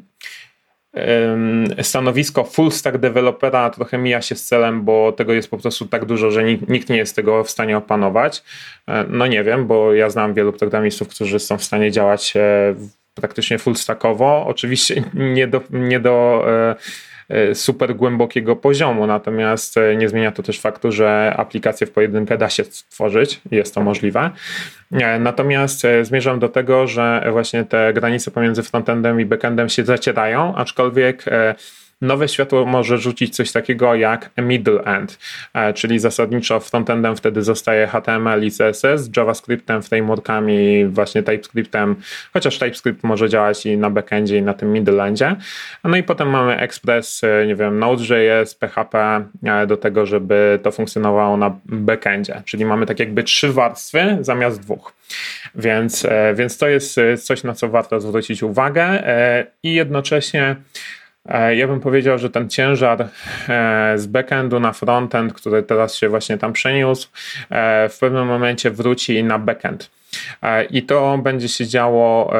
stanowisko full stack dewelopera trochę mija się z celem, bo tego jest po prostu tak dużo, że nikt nie jest tego w stanie opanować. No nie wiem, bo ja znam wielu programistów, którzy są w stanie działać praktycznie full stackowo. Oczywiście nie do, nie do super głębokiego poziomu, natomiast nie zmienia to też faktu, że aplikację w pojedynkę da się stworzyć, jest to możliwe. Natomiast zmierzam do tego, że właśnie te granice pomiędzy frontendem i backendem się zacierają, aczkolwiek nowe światło może rzucić coś takiego jak middle end, czyli zasadniczo frontendem wtedy zostaje H T M L i C S S, JavaScriptem, frameworkami, właśnie TypeScriptem, chociaż TypeScript może działać i na backendzie, i na tym middle endzie. No i potem mamy Express, nie wiem, Node.js, P H P do tego, żeby to funkcjonowało na backendzie, czyli mamy tak jakby trzy warstwy zamiast dwóch. Więc, więc to jest coś, na co warto zwrócić uwagę i jednocześnie ja bym powiedział, że ten ciężar z backendu na frontend, który teraz się właśnie tam przeniósł, w pewnym momencie wróci na backend. I to będzie się działo,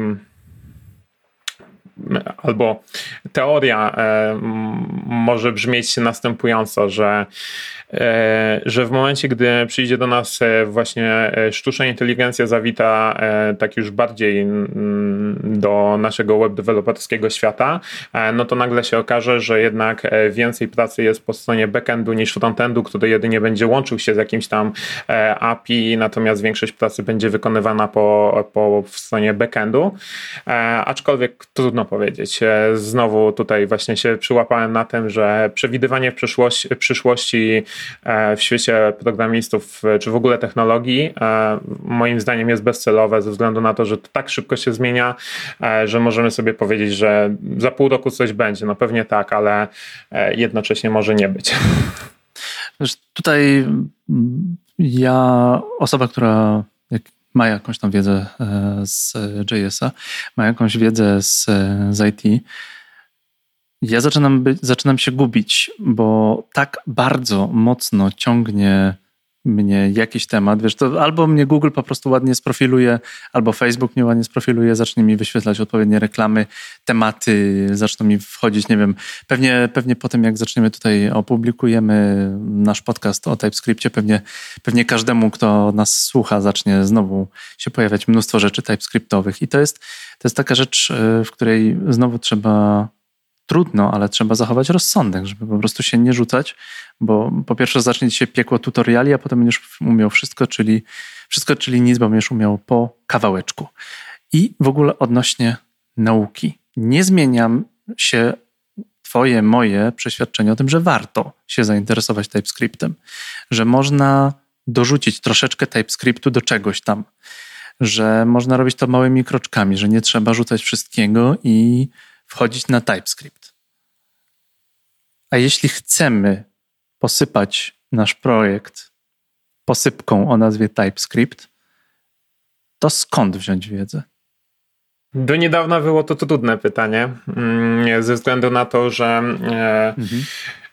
albo teoria może brzmieć następująco, że że w momencie, gdy przyjdzie do nas właśnie sztuczna inteligencja zawita tak już bardziej do naszego web deweloperskiego świata, no to nagle się okaże, że jednak więcej pracy jest po stronie backendu niż frontendu, który jedynie będzie łączył się z jakimś tam A P I, natomiast większość pracy będzie wykonywana po, po stronie backendu. Aczkolwiek trudno powiedzieć. Znowu tutaj właśnie się przyłapałem na tym, że przewidywanie w przyszłości, przyszłości w świecie programistów, czy w ogóle technologii, moim zdaniem jest bezcelowe ze względu na to, że to tak szybko się zmienia, że możemy sobie powiedzieć, że za pół roku coś będzie. No pewnie tak, ale jednocześnie może nie być. Wiesz, tutaj ja, osoba, która ma jakąś tam wiedzę z J S a, ma jakąś wiedzę z, z I T, ja zaczynam, być, zaczynam się gubić, bo tak bardzo mocno ciągnie mnie jakiś temat. Wiesz, to albo mnie Google po prostu ładnie sprofiluje, albo Facebook mnie ładnie sprofiluje, zacznie mi wyświetlać odpowiednie reklamy, tematy, zaczną mi wchodzić, nie wiem, pewnie, pewnie po tym jak zaczniemy tutaj, opublikujemy nasz podcast o TypeScriptie, pewnie, pewnie każdemu, kto nas słucha, zacznie znowu się pojawiać mnóstwo rzeczy TypeScriptowych i to jest, to jest taka rzecz, w której znowu trzeba trudno, ale trzeba zachować rozsądek, żeby po prostu się nie rzucać, bo po pierwsze zacznie ci się piekło tutoriali, a potem będziesz umiał wszystko, czyli wszystko, czyli nic, bo będziesz umiał po kawałeczku. I w ogóle odnośnie nauki. Nie zmieniam się twoje, moje przeświadczenie o tym, że warto się zainteresować TypeScriptem, że można dorzucić troszeczkę TypeScriptu do czegoś tam, że można robić to małymi kroczkami, że nie trzeba rzucać wszystkiego i wchodzić na TypeScript. A jeśli chcemy posypać nasz projekt posypką o nazwie TypeScript, to skąd wziąć wiedzę? Do niedawna było to trudne pytanie, ze względu na to, że mhm.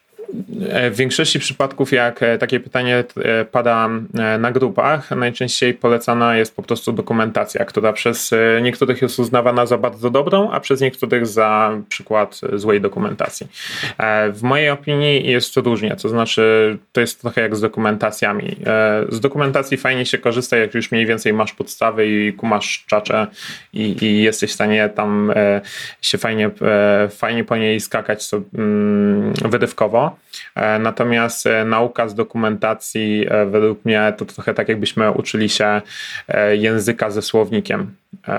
w większości przypadków, jak takie pytanie pada na grupach, najczęściej polecana jest po prostu dokumentacja, która przez niektórych jest uznawana za bardzo dobrą, a przez niektórych za przykład złej dokumentacji. W mojej opinii jest to różnie, to znaczy to jest trochę jak z dokumentacjami. Z dokumentacji fajnie się korzysta, jak już mniej więcej masz podstawy i kumasz czacze i, i jesteś w stanie tam się fajnie, fajnie po niej skakać sobie wyrywkowo. Natomiast nauka z dokumentacji według mnie to trochę tak jakbyśmy uczyli się języka ze słownikiem.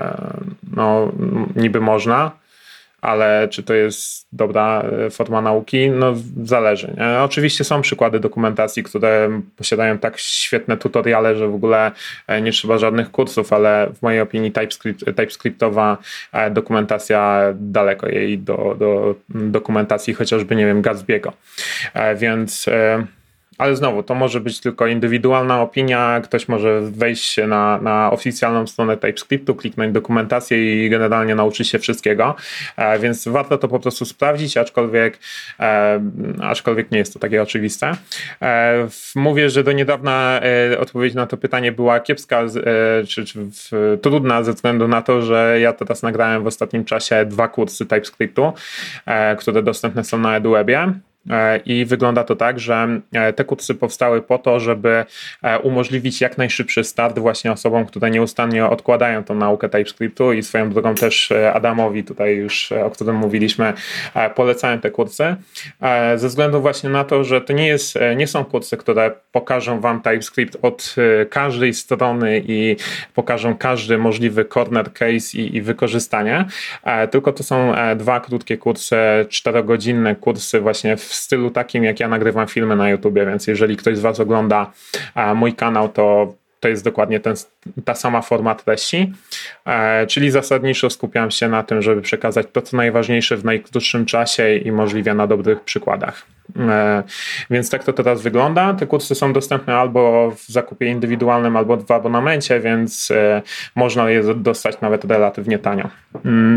No niby można, ale czy to jest dobra forma nauki? No zależy. Nie? Oczywiście są przykłady dokumentacji, które posiadają tak świetne tutoriale, że w ogóle nie trzeba żadnych kursów, ale w mojej opinii TypeScript, TypeScriptowa dokumentacja daleko jej do, do dokumentacji chociażby, nie wiem, Gatsby'ego. Więc ale znowu, to może być tylko indywidualna opinia, ktoś może wejść na, na oficjalną stronę TypeScriptu, kliknąć dokumentację i generalnie nauczyć się wszystkiego, więc warto to po prostu sprawdzić, aczkolwiek, aczkolwiek nie jest to takie oczywiste. Mówię, że do niedawna odpowiedź na to pytanie była kiepska, czy, czy trudna ze względu na to, że ja teraz nagrałem w ostatnim czasie dwa kursy TypeScriptu, które dostępne są na EduWebie. I wygląda to tak, że te kursy powstały po to, żeby umożliwić jak najszybszy start właśnie osobom, które nieustannie odkładają tą naukę TypeScriptu i swoją drogą też Adamowi tutaj już, o którym mówiliśmy, polecałem te kursy. Ze względu właśnie na to, że to nie, jest, nie są kursy, które pokażą wam TypeScript od każdej strony i pokażą każdy możliwy corner case i, i wykorzystanie, tylko to są dwa krótkie kursy, czterogodzinne kursy właśnie w w stylu takim, jak ja nagrywam filmy na YouTubie, więc jeżeli ktoś z was ogląda mój kanał, to to jest dokładnie ten, ta sama forma treści, e, czyli zasadniczo skupiam się na tym, żeby przekazać to, co najważniejsze w najkrótszym czasie i możliwie na dobrych przykładach. E, więc tak to teraz wygląda. Te kursy są dostępne albo w zakupie indywidualnym, albo w abonamencie, więc e, można je dostać nawet relatywnie tanio. Mm.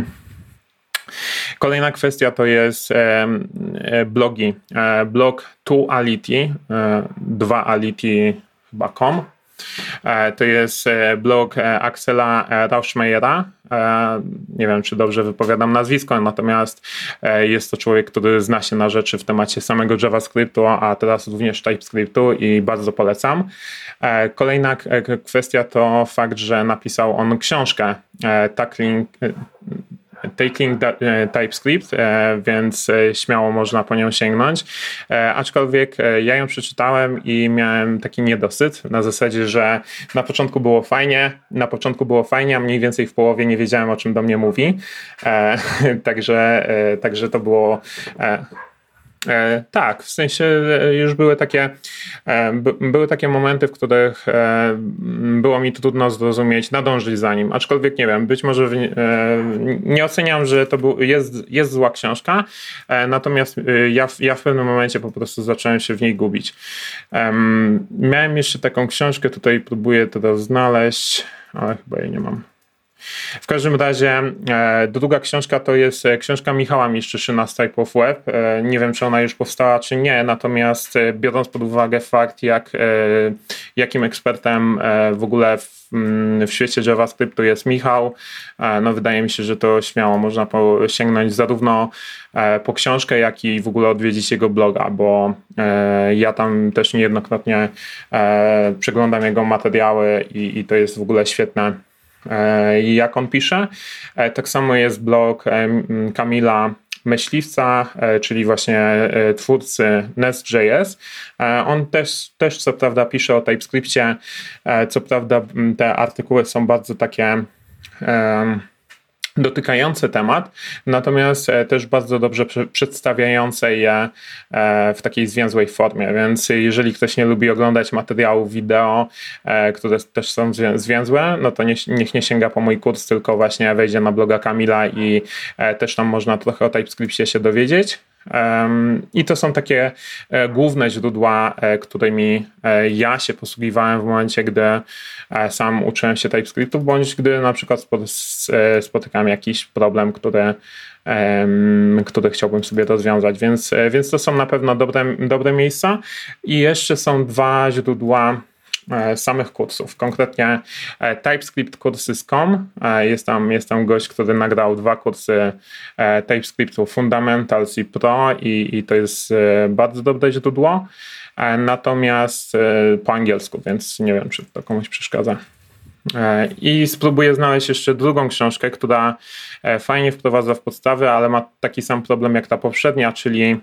Kolejna kwestia to jest e, blogi. E, blog two ality, e, dwa ality chyba com. E, to jest blog Axela Rauschmeyera. E, nie wiem, czy dobrze wypowiadam nazwisko, natomiast e, jest to człowiek, który zna się na rzeczy w temacie samego JavaScriptu, a teraz również TypeScriptu i bardzo polecam. E, kolejna k- kwestia to fakt, że napisał on książkę e, Tackling Taking TypeScript, więc śmiało można po nią sięgnąć. Aczkolwiek ja ją przeczytałem i miałem taki niedosyt na zasadzie, że na początku było fajnie, na początku było fajnie, a mniej więcej w połowie nie wiedziałem, o czym do mnie mówi. Także, także to było... E, tak, w sensie już były takie, e, by, były takie momenty, w których e, było mi trudno zrozumieć, nadążyć za nim, aczkolwiek nie wiem, być może w, e, nie oceniam, że to był, jest, jest zła książka, e, natomiast e, ja, ja w pewnym momencie po prostu zacząłem się w niej gubić. E, miałem jeszcze taką książkę, tutaj próbuję to znaleźć, ale chyba jej nie mam. W każdym razie e, druga książka to jest książka Michała Miszczyszyna z Type of Web. E, nie wiem, czy ona już powstała, czy nie, natomiast e, biorąc pod uwagę fakt, jak, e, jakim ekspertem e, w ogóle w, w świecie JavaScriptu jest Michał, e, no wydaje mi się, że to śmiało można po, sięgnąć zarówno e, po książkę, jak i w ogóle odwiedzić jego bloga, bo e, ja tam też niejednokrotnie e, przeglądam jego materiały i, i to jest w ogóle świetne, jak on pisze. Tak samo jest blog Kamila Myśliwca, czyli właśnie twórcy Nest.js. On też, też co prawda pisze o TypeScriptie, co prawda te artykuły są bardzo takie dotykające temat, natomiast też bardzo dobrze przedstawiające je w takiej zwięzłej formie, więc jeżeli ktoś nie lubi oglądać materiałów wideo, które też są zwięzłe, no to niech nie sięga po mój kurs, tylko właśnie wejdzie na bloga Kamila i też tam można trochę o TypeScriptie się dowiedzieć. I to są takie główne źródła, którymi ja się posługiwałem w momencie, gdy sam uczyłem się TypeScriptu, bądź gdy na przykład spotykam jakiś problem, który, który chciałbym sobie rozwiązać, więc, więc to są na pewno dobre, dobre miejsca. I jeszcze są dwa źródła samych kursów, konkretnie TypeScript Courses kropka com. Jest tam, jest tam gość, który nagrał dwa kursy TypeScriptu Fundamentals i Pro i, i to jest bardzo dobre źródło, natomiast po angielsku, więc nie wiem, czy to komuś przeszkadza. I spróbuję znaleźć jeszcze drugą książkę, która fajnie wprowadza w podstawy, ale ma taki sam problem jak ta poprzednia, czyli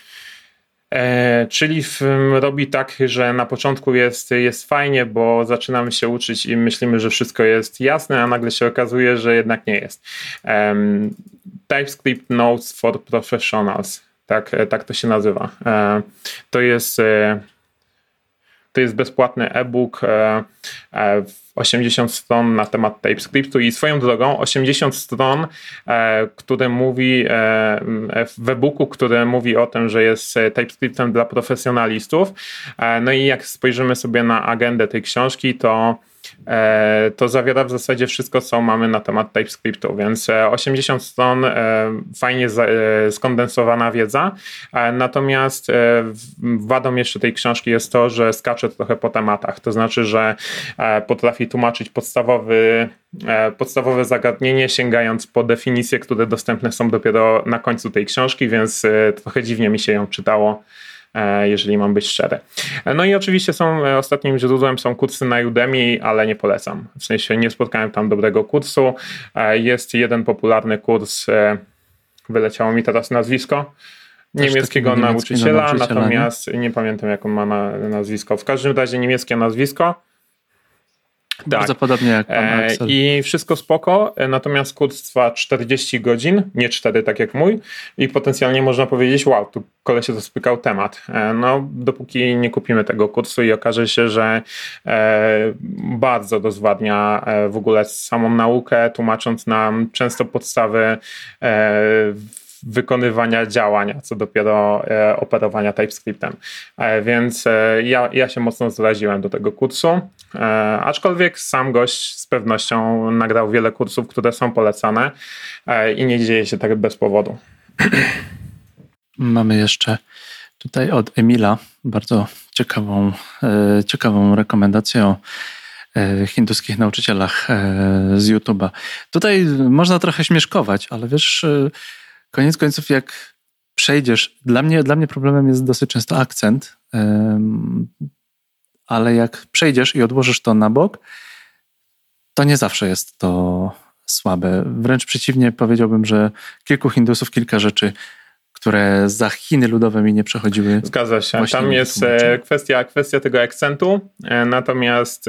E, czyli w, robi tak, że na początku jest, jest fajnie, bo zaczynamy się uczyć i myślimy, że wszystko jest jasne, a nagle się okazuje, że jednak nie jest. Um, TypeScript Notes for Professionals, tak, tak to się nazywa. E, to jest... E, To jest bezpłatny e-book, e, e, osiemdziesiąt stron na temat TypeScriptu i swoją drogą osiemdziesiąt stron, e, które mówi e, w e-booku, które mówi o tym, że jest TypeScriptem dla profesjonalistów. E, no i jak spojrzymy sobie na agendę tej książki, to to zawiera w zasadzie wszystko, co mamy na temat TypeScriptu, więc osiemdziesiąt stron, fajnie skondensowana wiedza, natomiast wadą jeszcze tej książki jest to, że skacze trochę po tematach, to znaczy, że potrafi tłumaczyć podstawowy, podstawowe zagadnienie, sięgając po definicje, które dostępne są dopiero na końcu tej książki, więc trochę dziwnie mi się ją czytało, jeżeli mam być szczery. No i oczywiście są, ostatnim źródłem są kursy na Udemy, ale nie polecam. W sensie nie spotkałem tam dobrego kursu. Jest jeden popularny kurs, wyleciało mi teraz nazwisko, niemieckiego nauczyciela, nauczyciela, natomiast nie? nie pamiętam, jak on ma na, nazwisko. W każdym razie niemieckie nazwisko. Bardzo tak. Podobnie jak pan Axel. I wszystko spoko, natomiast kurs trwa czterdzieści godzin, nie cztery tak jak mój i potencjalnie można powiedzieć, wow, tu koleś rozpykał temat. No, dopóki nie kupimy tego kursu i okaże się, że e, bardzo rozwadnia w ogóle samą naukę, tłumacząc nam często podstawy e, wykonywania działania, co dopiero e, operowania TypeScriptem. E, więc e, ja, ja się mocno zraziłem do tego kursu, e, aczkolwiek sam gość z pewnością nagrał wiele kursów, które są polecane e, i nie dzieje się tak bez powodu. Mamy jeszcze tutaj od Emila bardzo ciekawą, e, ciekawą rekomendację o e, hinduskich nauczycielach e, z YouTube'a. Tutaj można trochę śmieszkować, ale wiesz, e, koniec końców, jak przejdziesz, dla mnie, dla mnie problemem jest dosyć często akcent, um, ale jak przejdziesz i odłożysz to na bok, to nie zawsze jest to słabe. Wręcz przeciwnie, powiedziałbym, że kilku Hindusów kilka rzeczy, które za Chiny ludowe mi nie przechodziły. Zgadza się. Tam jest kwestia, kwestia tego akcentu, natomiast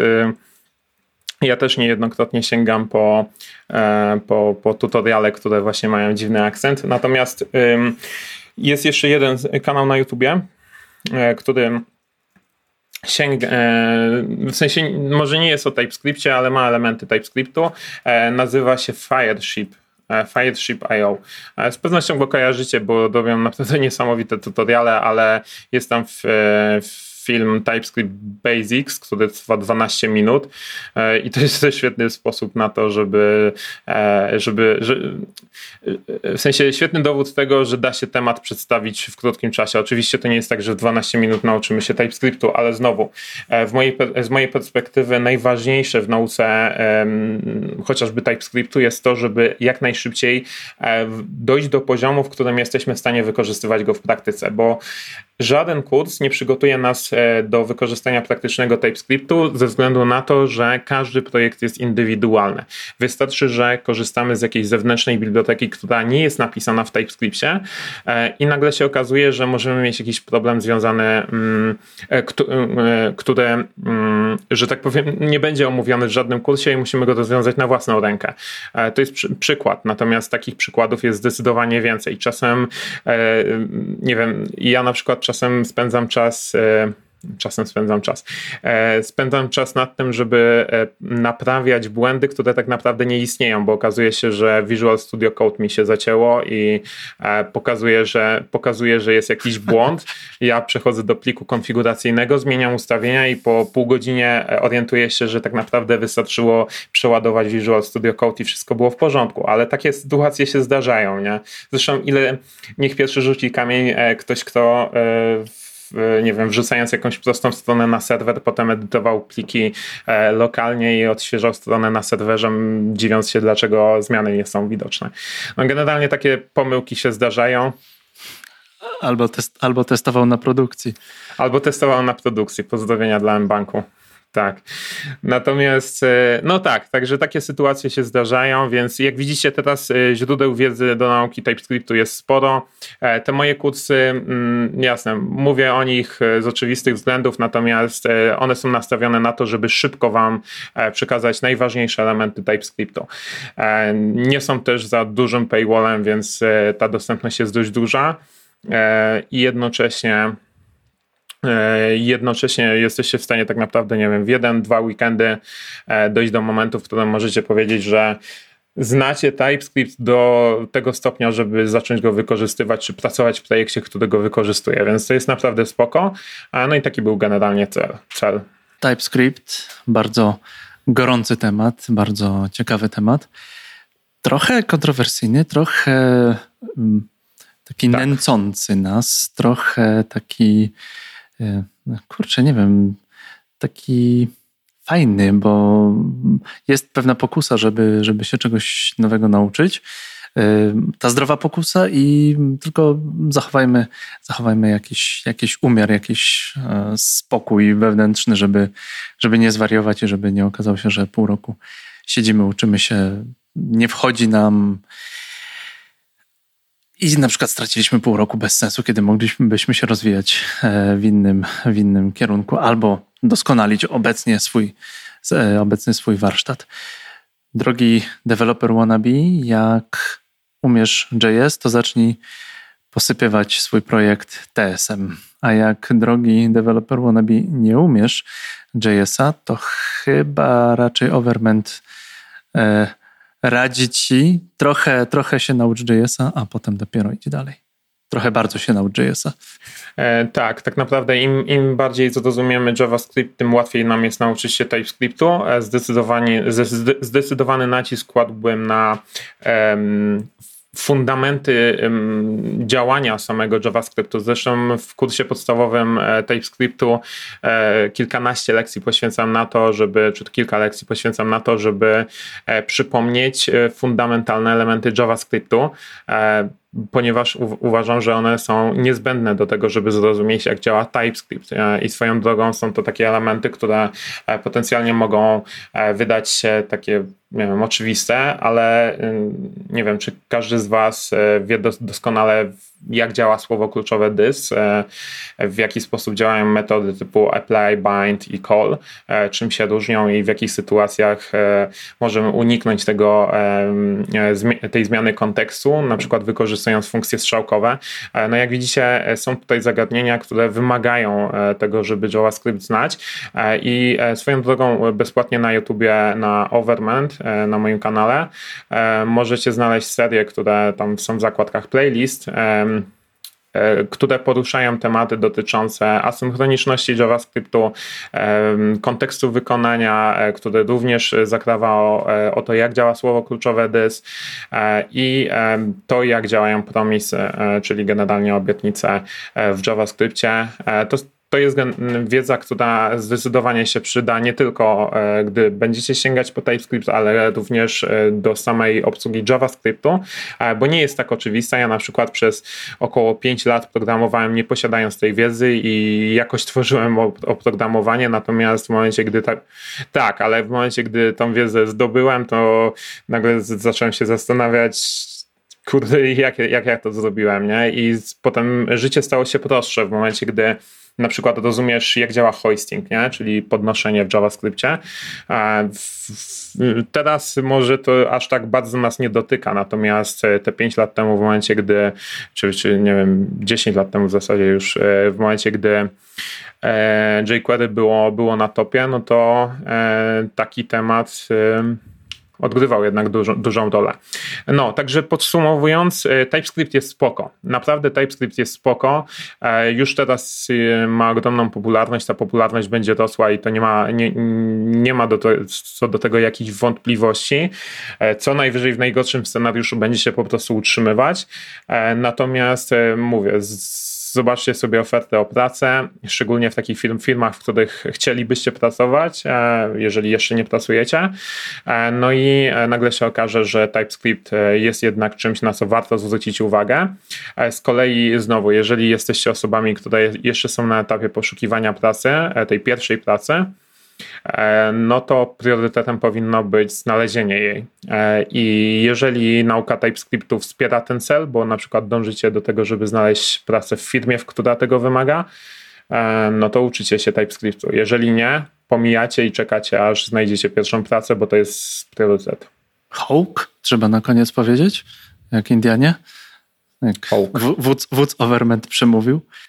ja też niejednokrotnie sięgam po, po, po tutoriale, które właśnie mają dziwny akcent. Natomiast jest jeszcze jeden kanał na YouTubie, który sięga, w sensie może nie jest o TypeScriptie, ale ma elementy TypeScriptu. Nazywa się Fireship. Fireship kropka i o. Z pewnością go kojarzycie, bo robią naprawdę niesamowite tutoriale, ale jest tam w, w film TypeScript Basics, który trwa dwanaście minut i to jest świetny sposób na to, żeby, żeby że, w sensie świetny dowód tego, że da się temat przedstawić w krótkim czasie. Oczywiście to nie jest tak, że w dwanaście minut nauczymy się TypeScriptu, ale znowu w mojej, z mojej perspektywy najważniejsze w nauce chociażby TypeScriptu jest to, żeby jak najszybciej dojść do poziomu, w którym jesteśmy w stanie wykorzystywać go w praktyce, bo żaden kurs nie przygotuje nas do wykorzystania praktycznego TypeScriptu ze względu na to, że każdy projekt jest indywidualny. Wystarczy, że korzystamy z jakiejś zewnętrznej biblioteki, która nie jest napisana w TypeScriptie i nagle się okazuje, że możemy mieć jakiś problem związany, który, że tak powiem, nie będzie omówiony w żadnym kursie i musimy go rozwiązać na własną rękę. To jest przy, przykład, natomiast takich przykładów jest zdecydowanie więcej. Czasem, nie wiem, ja na przykład czasem spędzam czas Czasem spędzam czas. Spędzam czas nad tym, żeby naprawiać błędy, które tak naprawdę nie istnieją, bo okazuje się, że Visual Studio Code mi się zacięło i pokazuje, że, pokazuje, że jest jakiś błąd. Ja przechodzę do pliku konfiguracyjnego, zmieniam ustawienia i po pół godzinie orientuję się, że tak naprawdę wystarczyło przeładować Visual Studio Code i wszystko było w porządku, ale takie sytuacje się zdarzają, nie? Zresztą ile, niech pierwszy rzuci kamień ktoś, kto nie wiem, wrzucając jakąś prostą stronę na serwer, potem edytował pliki e, lokalnie i odświeżał stronę na serwerze, dziwiąc się, dlaczego zmiany nie są widoczne. No, generalnie takie pomyłki się zdarzają. Albo, test, albo testował na produkcji. Albo testował na produkcji. Pozdrowienia dla mBanku. Tak. Natomiast, no tak, także takie sytuacje się zdarzają, więc jak widzicie teraz źródeł wiedzy do nauki TypeScriptu jest sporo. Te moje kursy, jasne, mówię o nich z oczywistych względów, natomiast one są nastawione na to, żeby szybko wam przekazać najważniejsze elementy TypeScriptu. Nie są też za dużym paywallem, więc ta dostępność jest dość duża i jednocześnie jednocześnie jesteście w stanie tak naprawdę, nie wiem, w jeden, dwa weekendy dojść do momentu, w którym możecie powiedzieć, że znacie TypeScript do tego stopnia, żeby zacząć go wykorzystywać, czy pracować w projekcie, który go wykorzystuje, więc to jest naprawdę spoko. No i taki był generalnie cel. cel. TypeScript, bardzo gorący temat, bardzo ciekawy temat. Trochę kontrowersyjny, trochę taki tak. nęcący nas, trochę taki, kurczę, nie wiem, taki fajny, bo jest pewna pokusa, żeby, żeby się czegoś nowego nauczyć. Ta zdrowa pokusa i tylko zachowajmy, zachowajmy jakiś, jakiś umiar, jakiś spokój wewnętrzny, żeby, żeby nie zwariować i żeby nie okazało się, że pół roku siedzimy, uczymy się, nie wchodzi nam i na przykład straciliśmy pół roku bez sensu, kiedy moglibyśmy się rozwijać w innym, w innym kierunku albo doskonalić obecnie swój, obecny swój warsztat. Drogi developer wannabe, jak umiesz J S, to zacznij posypywać swój projekt T S em. A jak drogi developer wannabe nie umiesz J S a, to chyba raczej Overment e, radzi ci trochę, trochę się naucz J S a, a potem dopiero idź dalej. Trochę bardzo się naucz J S a. E, tak, tak naprawdę im, im bardziej zrozumiemy JavaScript, tym łatwiej nam jest nauczyć się TypeScriptu. E, zdecydowanie, zdecydowany nacisk kładłbym na em, fundamenty um, działania samego JavaScriptu. Zresztą w kursie podstawowym e, TypeScriptu e, kilkanaście lekcji poświęcam na to, żeby, czy kilka lekcji poświęcam na to, żeby e, przypomnieć e, fundamentalne elementy JavaScriptu, e, ponieważ u- uważam, że one są niezbędne do tego, żeby zrozumieć, jak działa TypeScript. E, I swoją drogą są to takie elementy, które e, potencjalnie mogą e, wydać się takie, nie wiem, oczywiste, ale y, nie wiem, czy każdy z was e, wie dos- doskonale, jak działa słowo kluczowe this, e, w jaki sposób działają metody typu apply, bind i call, e, czym się różnią i w jakich sytuacjach e, możemy uniknąć tego, e, zmi- tej zmiany kontekstu, na przykład wykorzystując funkcje strzałkowe. E, no jak widzicie, są tutaj zagadnienia, które wymagają e, tego, żeby JavaScript znać e, i e, swoją drogą bezpłatnie na YouTubie, na Overment, e, na moim kanale e, możecie znaleźć serię, które tam są w zakładkach playlist, e, które poruszają tematy dotyczące asynchroniczności JavaScriptu, kontekstu wykonania, który również zakrawa o, o to, jak działa słowo kluczowe this i to, jak działają promisy, czyli generalnie obietnice w JavaScripcie. To To jest wiedza, która zdecydowanie się przyda nie tylko gdy będziecie sięgać po TypeScript, ale również do samej obsługi JavaScriptu, bo nie jest tak oczywista. Ja na przykład przez około pięć lat programowałem nie posiadając tej wiedzy i jakoś tworzyłem oprogramowanie, natomiast w momencie, gdy tak, tak, ale w momencie, gdy tą wiedzę zdobyłem, to nagle zacząłem się zastanawiać, kurde, jak, jak ja to zrobiłem, nie? I potem życie stało się prostsze w momencie, gdy na przykład rozumiesz, jak działa hoisting, nie? Czyli podnoszenie w JavaScriptie. Teraz może to aż tak bardzo nas nie dotyka, natomiast te pięć lat temu, w momencie, gdy, czy, czy nie wiem, dziesięć lat temu w zasadzie już, w momencie, gdy jQuery było, było na topie, no to taki temat odgrywał jednak dużą, dużą rolę. No, także podsumowując, TypeScript jest spoko. Naprawdę TypeScript jest spoko. Już teraz ma ogromną popularność. Ta popularność będzie rosła i to nie ma, nie, nie ma do to, co do tego jakichś wątpliwości. Co najwyżej w najgorszym scenariuszu będzie się po prostu utrzymywać. Natomiast mówię, z zobaczcie sobie ofertę o pracę, szczególnie w takich firm, firmach, w których chcielibyście pracować, jeżeli jeszcze nie pracujecie. No i nagle się okaże, że TypeScript jest jednak czymś, na co warto zwrócić uwagę. Z kolei znowu, jeżeli jesteście osobami, które jeszcze są na etapie poszukiwania pracy, tej pierwszej pracy, no to priorytetem powinno być znalezienie jej. I jeżeli nauka TypeScriptu wspiera ten cel, bo na przykład dążycie do tego, żeby znaleźć pracę w firmie, w która tego wymaga, no to uczycie się TypeScriptu. Jeżeli nie, pomijacie i czekacie, aż znajdziecie pierwszą pracę, bo to jest priorytet. Hołk, trzeba na koniec powiedzieć, jak Indianie. Jak Hołk. Wódz, wódz Overment przemówił.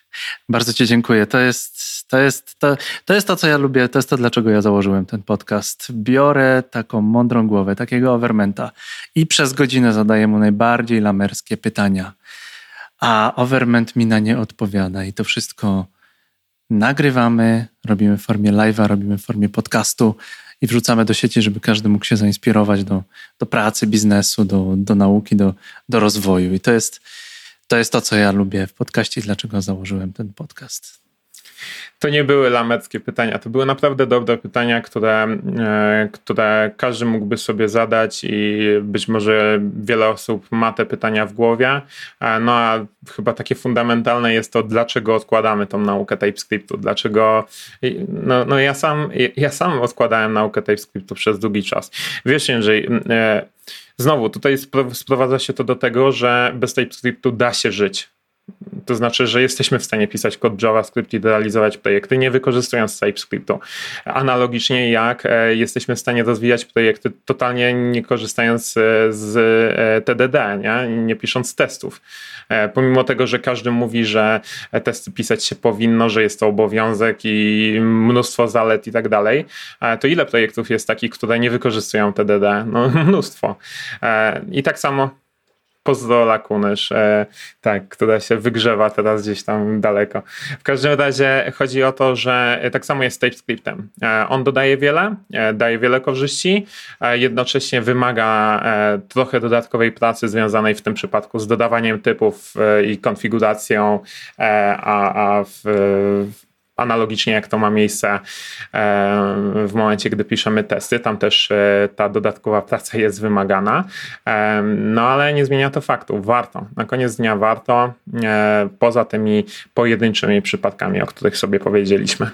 Bardzo ci dziękuję. To jest, to, jest, to, to jest to, co ja lubię. To jest to, dlaczego ja założyłem ten podcast. Biorę taką mądrą głowę, takiego Overmenta i przez godzinę zadaję mu najbardziej lamerskie pytania. A Overment mi na nie odpowiada i to wszystko nagrywamy, robimy w formie live'a, robimy w formie podcastu i wrzucamy do sieci, żeby każdy mógł się zainspirować do, do pracy, biznesu, do, do nauki, do, do rozwoju. I to jest, to jest to, co ja lubię w podcaście i dlaczego założyłem ten podcast. To nie były lamerskie pytania, to były naprawdę dobre pytania, które, e, które każdy mógłby sobie zadać i być może wiele osób ma te pytania w głowie. E, no a chyba takie fundamentalne jest to, dlaczego odkładamy tą naukę TypeScriptu, dlaczego, no, no ja sam ja sam odkładałem naukę TypeScriptu przez długi czas. Wiesz, Jędrzej, e, znowu tutaj sprowadza się to do tego, że bez TypeScriptu da się żyć. To znaczy, że jesteśmy w stanie pisać kod JavaScript i realizować projekty, nie wykorzystując TypeScriptu. Analogicznie jak jesteśmy w stanie rozwijać projekty totalnie nie korzystając z T D D, nie, nie pisząc testów. Pomimo tego, że każdy mówi, że testy pisać się powinno, że jest to obowiązek i mnóstwo zalet i tak dalej, to ile projektów jest takich, które nie wykorzystują T D D? No mnóstwo. I tak samo pozdro Lakunysz, e, tak, która się wygrzewa teraz gdzieś tam daleko. W każdym razie chodzi o to, że tak samo jest z TypeScriptem. E, on dodaje wiele, e, daje wiele korzyści, e, jednocześnie wymaga e, trochę dodatkowej pracy związanej w tym przypadku z dodawaniem typów e, i konfiguracją, e, a, a w, w analogicznie jak to ma miejsce w momencie, gdy piszemy testy, tam też ta dodatkowa praca jest wymagana, no ale nie zmienia to faktu, warto, na koniec dnia warto, poza tymi pojedynczymi przypadkami, o których sobie powiedzieliśmy.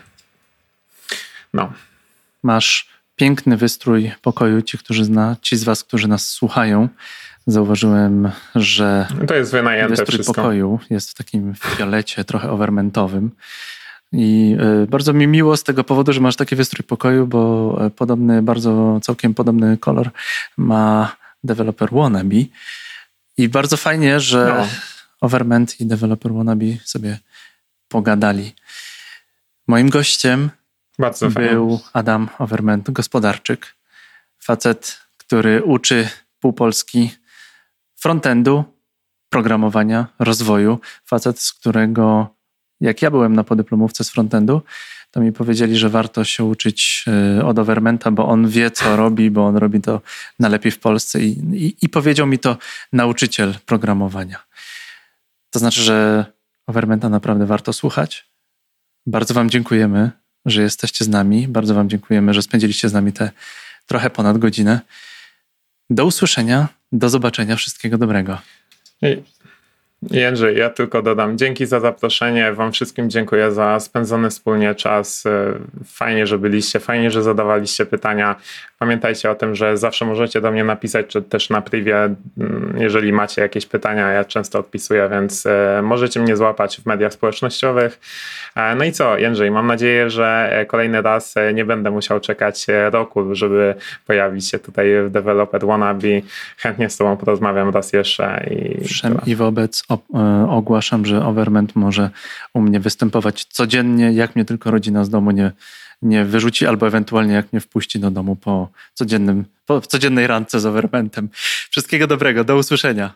No. Masz piękny wystrój pokoju, ci, którzy zna, ci z was, którzy nas słuchają, zauważyłem, że to jest wynajęte wystrój wszystko. pokoju jest w takim fiolecie trochę overmentowym. I bardzo mi miło z tego powodu, że masz taki wystrój pokoju, bo podobny, bardzo całkiem podobny kolor ma Developer Wannabe. I bardzo fajnie, że no. Overment i Developer Wannabe sobie pogadali. Moim gościem bardzo był fajnie. Adam Overment, gospodarczyk. Facet, który uczy pół Polski frontendu, programowania, rozwoju. Facet, z którego jak ja byłem na podyplomówce z frontendu, to mi powiedzieli, że warto się uczyć od Overmenta, bo on wie, co robi, bo on robi to najlepiej w Polsce i, i, i powiedział mi to nauczyciel programowania. To znaczy, że Overmenta naprawdę warto słuchać. Bardzo wam dziękujemy, że jesteście z nami. Bardzo wam dziękujemy, że spędziliście z nami te trochę ponad godzinę. Do usłyszenia, do zobaczenia, wszystkiego dobrego. I- Jędrzej, ja tylko dodam, dzięki za zaproszenie, wam wszystkim dziękuję za spędzony wspólnie czas, fajnie, że byliście, fajnie, że zadawaliście pytania. Pamiętajcie o tym, że zawsze możecie do mnie napisać, czy też na privie, jeżeli macie jakieś pytania, ja często odpisuję, więc możecie mnie złapać w mediach społecznościowych. No i co, Jędrzej, mam nadzieję, że kolejny raz nie będę musiał czekać roku, żeby pojawić się tutaj w Developer Wannabe. Chętnie z tobą porozmawiam raz jeszcze. I, Wszem i wobec o, e, ogłaszam, że Overment może u mnie występować codziennie, jak mnie tylko rodzina z domu nie, nie wyrzuci, albo ewentualnie jak mnie wpuści do domu po, codziennym, po codziennej randce z Overmentem. Wszystkiego dobrego, do usłyszenia.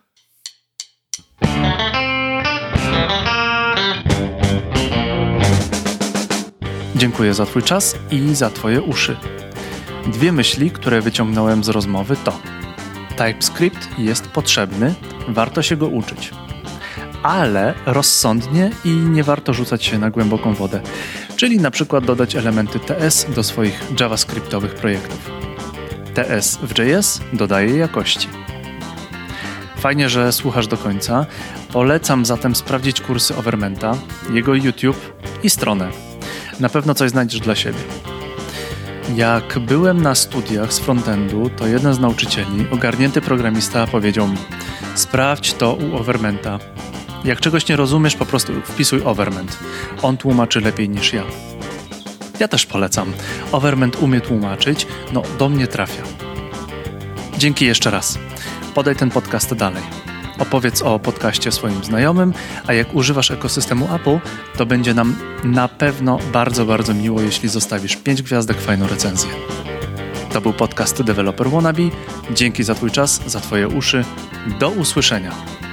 Dziękuję za twój czas i za twoje uszy. Dwie myśli, które wyciągnąłem z rozmowy to: TypeScript jest potrzebny, warto się go uczyć, ale rozsądnie i nie warto rzucać się na głęboką wodę, czyli na przykład dodać elementy T S do swoich javascriptowych projektów. T S w J S dodaje jakości. Fajnie, że słuchasz do końca. Polecam zatem sprawdzić kursy Overmenta, jego YouTube i stronę. Na pewno coś znajdziesz dla siebie. Jak byłem na studiach z frontendu, to jeden z nauczycieli, ogarnięty programista, powiedział mi: sprawdź to u Overmenta. Jak czegoś nie rozumiesz, po prostu wpisuj Overment. On tłumaczy lepiej niż ja. Ja też polecam. Overment umie tłumaczyć, no do mnie trafia. Dzięki jeszcze raz. Podaj ten podcast dalej. Opowiedz o podcaście swoim znajomym, a jak używasz ekosystemu Apple, to będzie nam na pewno bardzo, bardzo miło, jeśli zostawisz pięć gwiazdek, fajną recenzję. To był podcast Developer Wannabe. Dzięki za Twój czas, za Twoje uszy. Do usłyszenia.